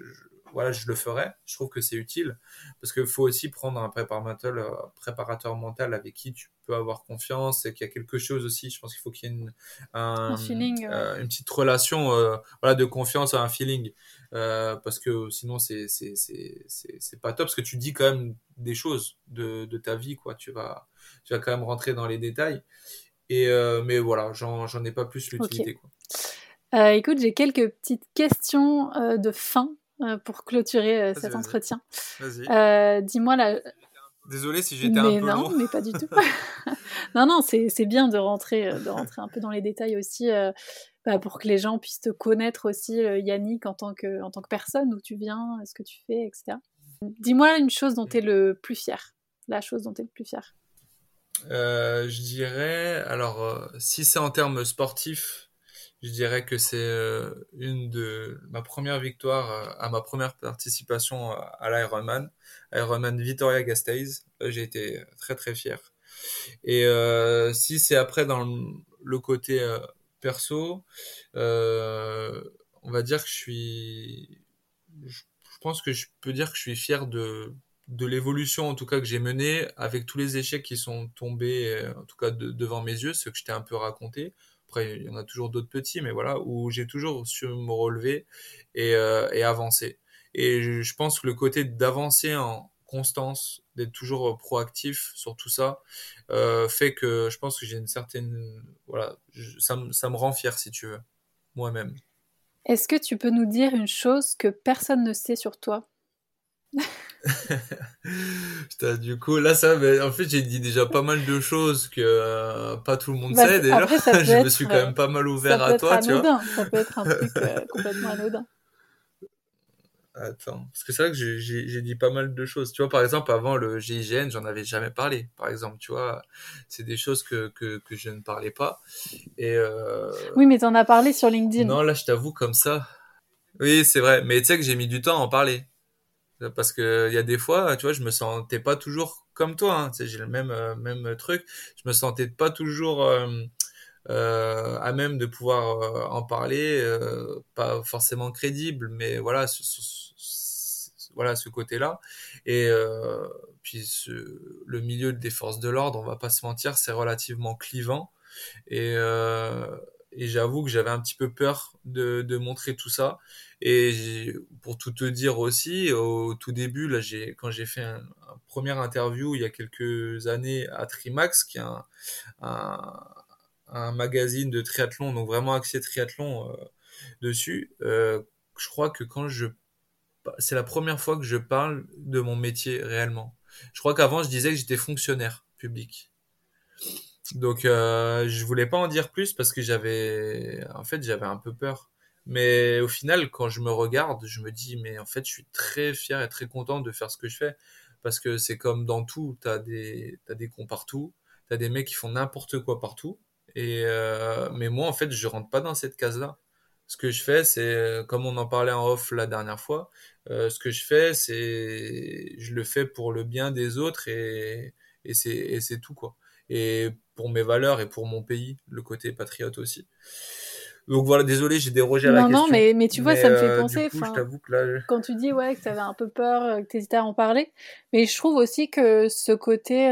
B: voilà, je le ferai. Je trouve que c'est utile parce qu'il faut aussi prendre un préparateur mental avec qui tu peux avoir confiance et qu'il y a quelque chose aussi. Je pense qu'il faut qu'il y ait
A: Un
B: un,
A: feeling, ouais.
B: une petite relation, voilà, de confiance, un feeling, parce que sinon c'est pas top parce que tu dis quand même des choses de ta vie, quoi. Tu vas quand même rentrer dans les détails. Mais voilà, j'en ai pas plus
A: Ok.
B: l'utilité, quoi.
A: Écoute, j'ai quelques petites questions de fin pour clôturer
B: Vas-y,
A: cet
B: vas-y.
A: entretien.
B: Vas-y.
A: Dis-moi là.
B: Désolé si j'étais un
A: Mais
B: peu
A: non,
B: long.
A: mais pas du tout. Non, non, c'est bien de rentrer un peu dans les détails aussi, pour que les gens puissent te connaître aussi, Yannick, en tant que personne, d'où tu viens, ce que tu fais, etc. Dis-moi une chose dont tu es le plus fier. La chose dont tu es le plus fier.
B: Je dirais, alors, si c'est en termes sportifs, je dirais que c'est une de ma première victoire à ma première participation à l'Ironman, Ironman Vitoria-Gasteiz. J'ai été très très fier. Et si c'est après dans le côté perso, euh, on va dire que je pense que je peux dire que je suis fier de l'évolution en tout cas que j'ai menée avec tous les échecs qui sont tombés en tout cas devant mes yeux, ce que je t'ai un peu raconté. Après, il y en a toujours d'autres petits, mais voilà, où j'ai toujours su me relever et avancer. Et je pense que le côté d'avancer en constance, d'être toujours proactif sur tout ça, fait que je pense que j'ai une certaine, voilà, ça me rend fier si tu veux, moi-même.
A: Est-ce que tu peux nous dire une chose que personne ne sait sur toi?
B: Putain, du coup, là, en fait, j'ai dit déjà pas mal de choses que pas tout le monde
A: Bah,
B: sait déjà.
A: après,
B: Je me suis quand même pas mal
A: ça
B: ouvert
A: peut
B: à
A: être
B: toi, tu vois.
A: anodin, ça peut être un truc complètement anodin.
B: Attends, parce que c'est vrai que j'ai dit pas mal de choses. Tu vois, par exemple, avant le GIGN, j'en avais jamais parlé. Par exemple, tu vois, c'est des choses que je ne parlais pas. Et
A: Oui, mais t'en as parlé sur LinkedIn.
B: non, là, je t'avoue comme ça. Oui, c'est vrai. Mais tu sais que j'ai mis du temps à en parler. Parce que il y a des fois, tu vois, je me sentais pas toujours comme toi, hein. Tu sais, j'ai le même truc. Je me sentais pas toujours à même de pouvoir en parler, pas forcément crédible, mais voilà, voilà ce côté-là. Et puis le milieu des forces de l'ordre, on va pas se mentir, c'est relativement clivant. Et, euh, et j'avoue que j'avais un petit peu peur de montrer tout ça. Et pour tout te dire aussi, au tout début, là, quand j'ai fait un première interview il y a quelques années à Trimax, qui est un, un magazine de triathlon, donc vraiment axé triathlon dessus, je crois que c'est la première fois que je parle de mon métier réellement. Je crois qu'avant, je disais que j'étais fonctionnaire public. Donc je voulais pas en dire plus parce que j'avais un peu peur. Mais au final, quand je me regarde, je me dis mais en fait, je suis très fier et très content de faire ce que je fais parce que c'est comme dans tout, t'as des cons partout, t'as des mecs qui font n'importe quoi partout. Mais moi en fait, je rentre pas dans cette case-là. Ce que je fais, c'est comme on en parlait en off la dernière fois. Ce que je fais, je le fais pour le bien des autres et c'est tout quoi. Et pour mes valeurs et pour mon pays, le côté patriote aussi. Donc voilà, désolé, j'ai dérogé à la
A: Non, non,
B: question,
A: mais tu vois,
B: mais
A: ça me fait
B: du
A: penser,
B: coup, je t'avoue que là,
A: quand tu dis ouais, que tu avais un peu peur, que tu hésitais à en parler, mais je trouve aussi que ce côté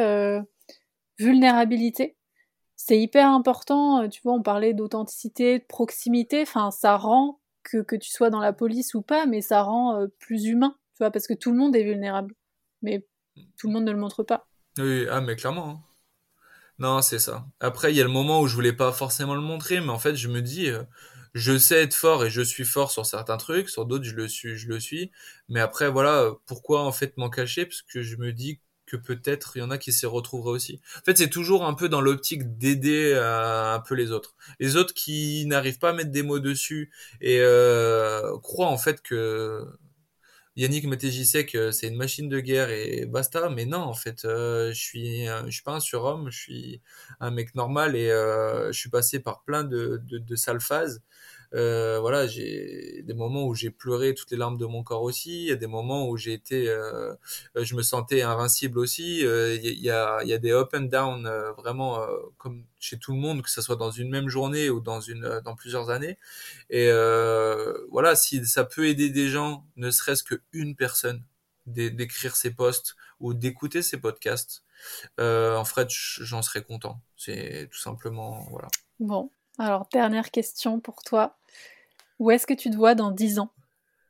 A: vulnérabilité, c'est hyper important. Tu vois, on parlait d'authenticité, de proximité, enfin, ça rend que tu sois dans la police ou pas, mais ça rend plus humain, tu vois, parce que tout le monde est vulnérable, mais tout le monde ne le montre pas.
B: oui, ah mais clairement, hein. Non, c'est ça. Après, il y a le moment où je voulais pas forcément le montrer, mais en fait, je me dis, je sais être fort et je suis fort sur certains trucs, sur d'autres, je le suis. Mais après, voilà, pourquoi en fait m'en cacher? Parce que je me dis que peut-être il y en a qui s'y retrouveraient aussi. En fait, c'est toujours un peu dans l'optique d'aider un peu les autres. Les autres qui n'arrivent pas à mettre des mots dessus et croient en fait que Yannick Metejisek, c'est une machine de guerre et basta. Mais non, en fait, je suis pas un surhomme, je suis un mec normal et je suis passé par plein de sales phases. Voilà, j'ai des moments où j'ai pleuré toutes les larmes de mon corps aussi. Il y a des moments où je me sentais invincible aussi. Il y a des up and down vraiment comme chez tout le monde, que ce soit dans une même journée ou dans plusieurs années. Et voilà, si ça peut aider des gens, ne serait-ce qu'une personne, d'écrire ses posts ou d'écouter ses podcasts, en fait, j'en serais content. C'est tout simplement, voilà.
A: Bon, alors dernière question pour toi. Où est-ce que tu te vois dans 10 ans?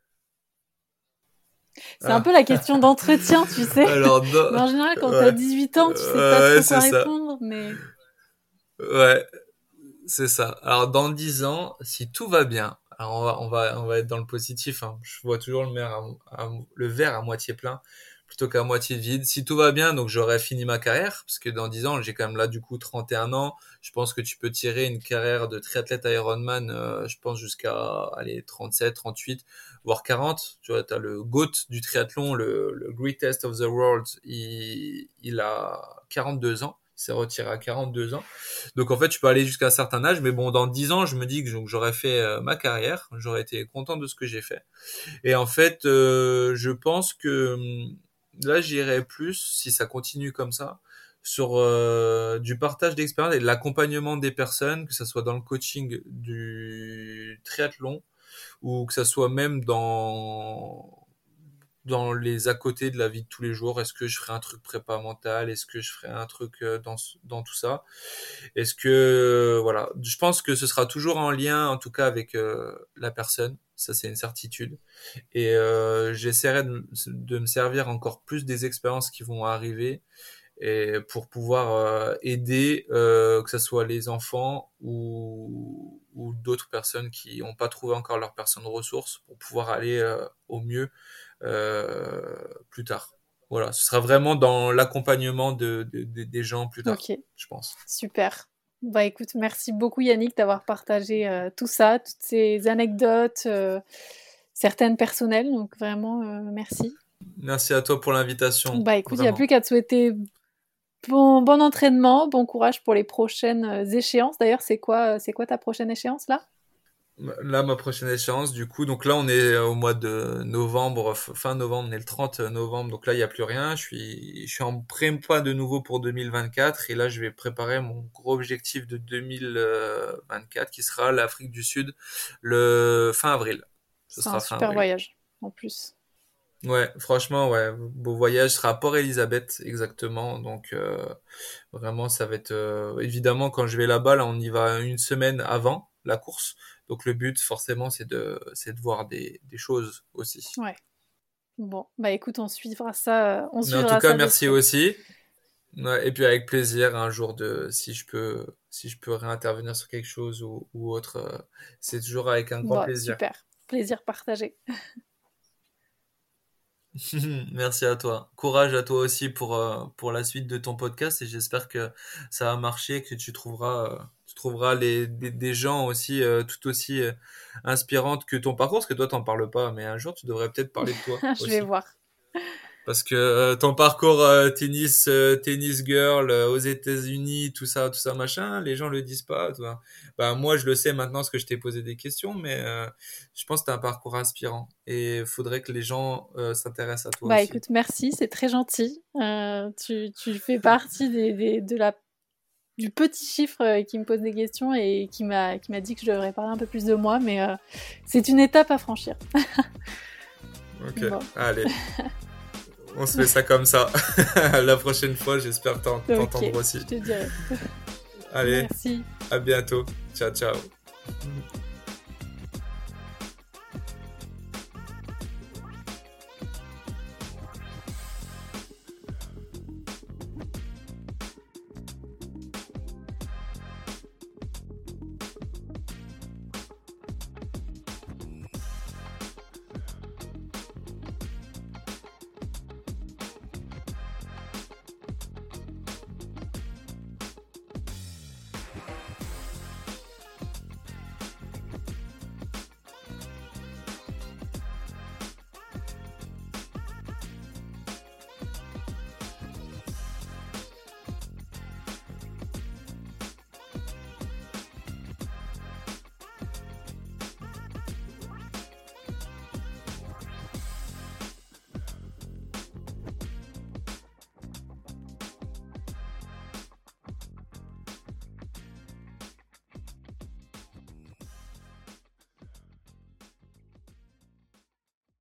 A: C'est un peu la question d'entretien, tu sais.
B: Alors,
A: Mais en général, quand t'as 18 ans, tu sais pas trop quoi
B: c'est ça.
A: répondre, mais...
B: Ouais, c'est ça. Alors, dans 10 ans, si tout va bien, alors on va être dans le positif, hein. Je vois toujours le verre à moitié plein plutôt qu'à moitié vide. Si tout va bien, donc j'aurai fini ma carrière, parce que dans 10 ans, j'ai quand même là, du coup, 31 ans. Je pense que tu peux tirer une carrière de triathlète Ironman, je pense jusqu'à, allez, 37, 38, voire 40. Tu vois, t'as le GOAT du triathlon, le Greatest of the World, il a 42 ans. Il s'est retiré à 42 ans. Donc en fait, je peux aller jusqu'à un certain âge, mais bon, dans 10 ans, je me dis que j'aurais fait ma carrière, j'aurais été content de ce que j'ai fait. Et en fait, je pense que là, j'irai plus, si ça continue comme ça, sur du partage d'expérience et de l'accompagnement des personnes, que ça soit dans le coaching du triathlon ou que ça soit même dans les à côté de la vie de tous les jours. Est-ce que je ferai un truc prépa mental? Est-ce que je ferai un truc dans tout ça? Est-ce que voilà, je pense que ce sera toujours en lien, en tout cas, avec la personne. Ça, c'est une certitude. Et j'essaierai de me servir encore plus des expériences qui vont arriver et pour pouvoir aider, que ce soit les enfants ou d'autres personnes qui n'ont pas trouvé encore leur personne ressource pour pouvoir aller au mieux plus tard. Voilà, ce sera vraiment dans l'accompagnement des gens plus tard,
A: Ok,
B: je pense.
A: super. Bah écoute, merci beaucoup Yannick d'avoir partagé tout ça, toutes ces anecdotes, certaines personnelles, donc vraiment merci.
B: Merci à toi pour l'invitation,
A: Bah écoute, il n'y a
B: vraiment.
A: plus qu'à te souhaiter bon entraînement, bon courage pour les prochaines échéances. D'ailleurs, c'est quoi ta prochaine échéance là?
B: Là, ma prochaine échéance, du coup, donc là, on est au mois de novembre, fin novembre, on est le 30 novembre, donc là, il n'y a plus rien. Je suis en prépa de nouveau pour 2024, et là, je vais préparer mon gros objectif de 2024, qui sera l'Afrique du Sud, le fin avril. Ce
A: C'est un
B: sera fin
A: super
B: avril.
A: voyage en plus.
B: Ouais, franchement, ouais, beau voyage, ce sera à Port-Elizabeth, exactement, donc vraiment, ça va être... évidemment, quand je vais là-bas, là, on y va une semaine avant la course. Donc le but, forcément, c'est de voir des choses aussi.
A: Ouais. Bon, bah écoute, on
B: Mais en tout
A: suivra
B: cas,
A: ça de
B: merci
A: près.
B: aussi. Ouais, et puis avec plaisir, un jour si je peux réintervenir sur quelque chose ou autre, c'est toujours avec un grand
A: Bon,
B: plaisir.
A: super. Plaisir partagé.
B: Merci à toi. Courage à toi aussi pour la suite de ton podcast et j'espère que ça va marcher, que tu trouveras des gens aussi tout aussi inspirantes que ton parcours, parce que toi t'en parles pas, mais un jour tu devrais peut-être parler de toi
A: Je vais
B: aussi.
A: voir.
B: Parce que ton parcours tennis girl aux États-Unis, tout ça machin, les gens le disent pas. Toi. Bah moi je le sais maintenant parce que je t'ai posé des questions, mais je pense que t'as un parcours inspirant et faudrait que les gens s'intéressent à toi
A: Bah
B: aussi.
A: écoute, merci, c'est très gentil. Tu fais partie du petit chiffre qui me pose des questions et qui m'a dit que je devrais parler un peu plus de moi, mais c'est une étape à franchir.
B: Ok,
A: Bon,
B: allez, on se fait ça comme ça. La prochaine fois, j'espère
A: ok,
B: t'entendre aussi.
A: je te dirai.
B: Allez,
A: Merci.
B: à bientôt. Ciao, ciao.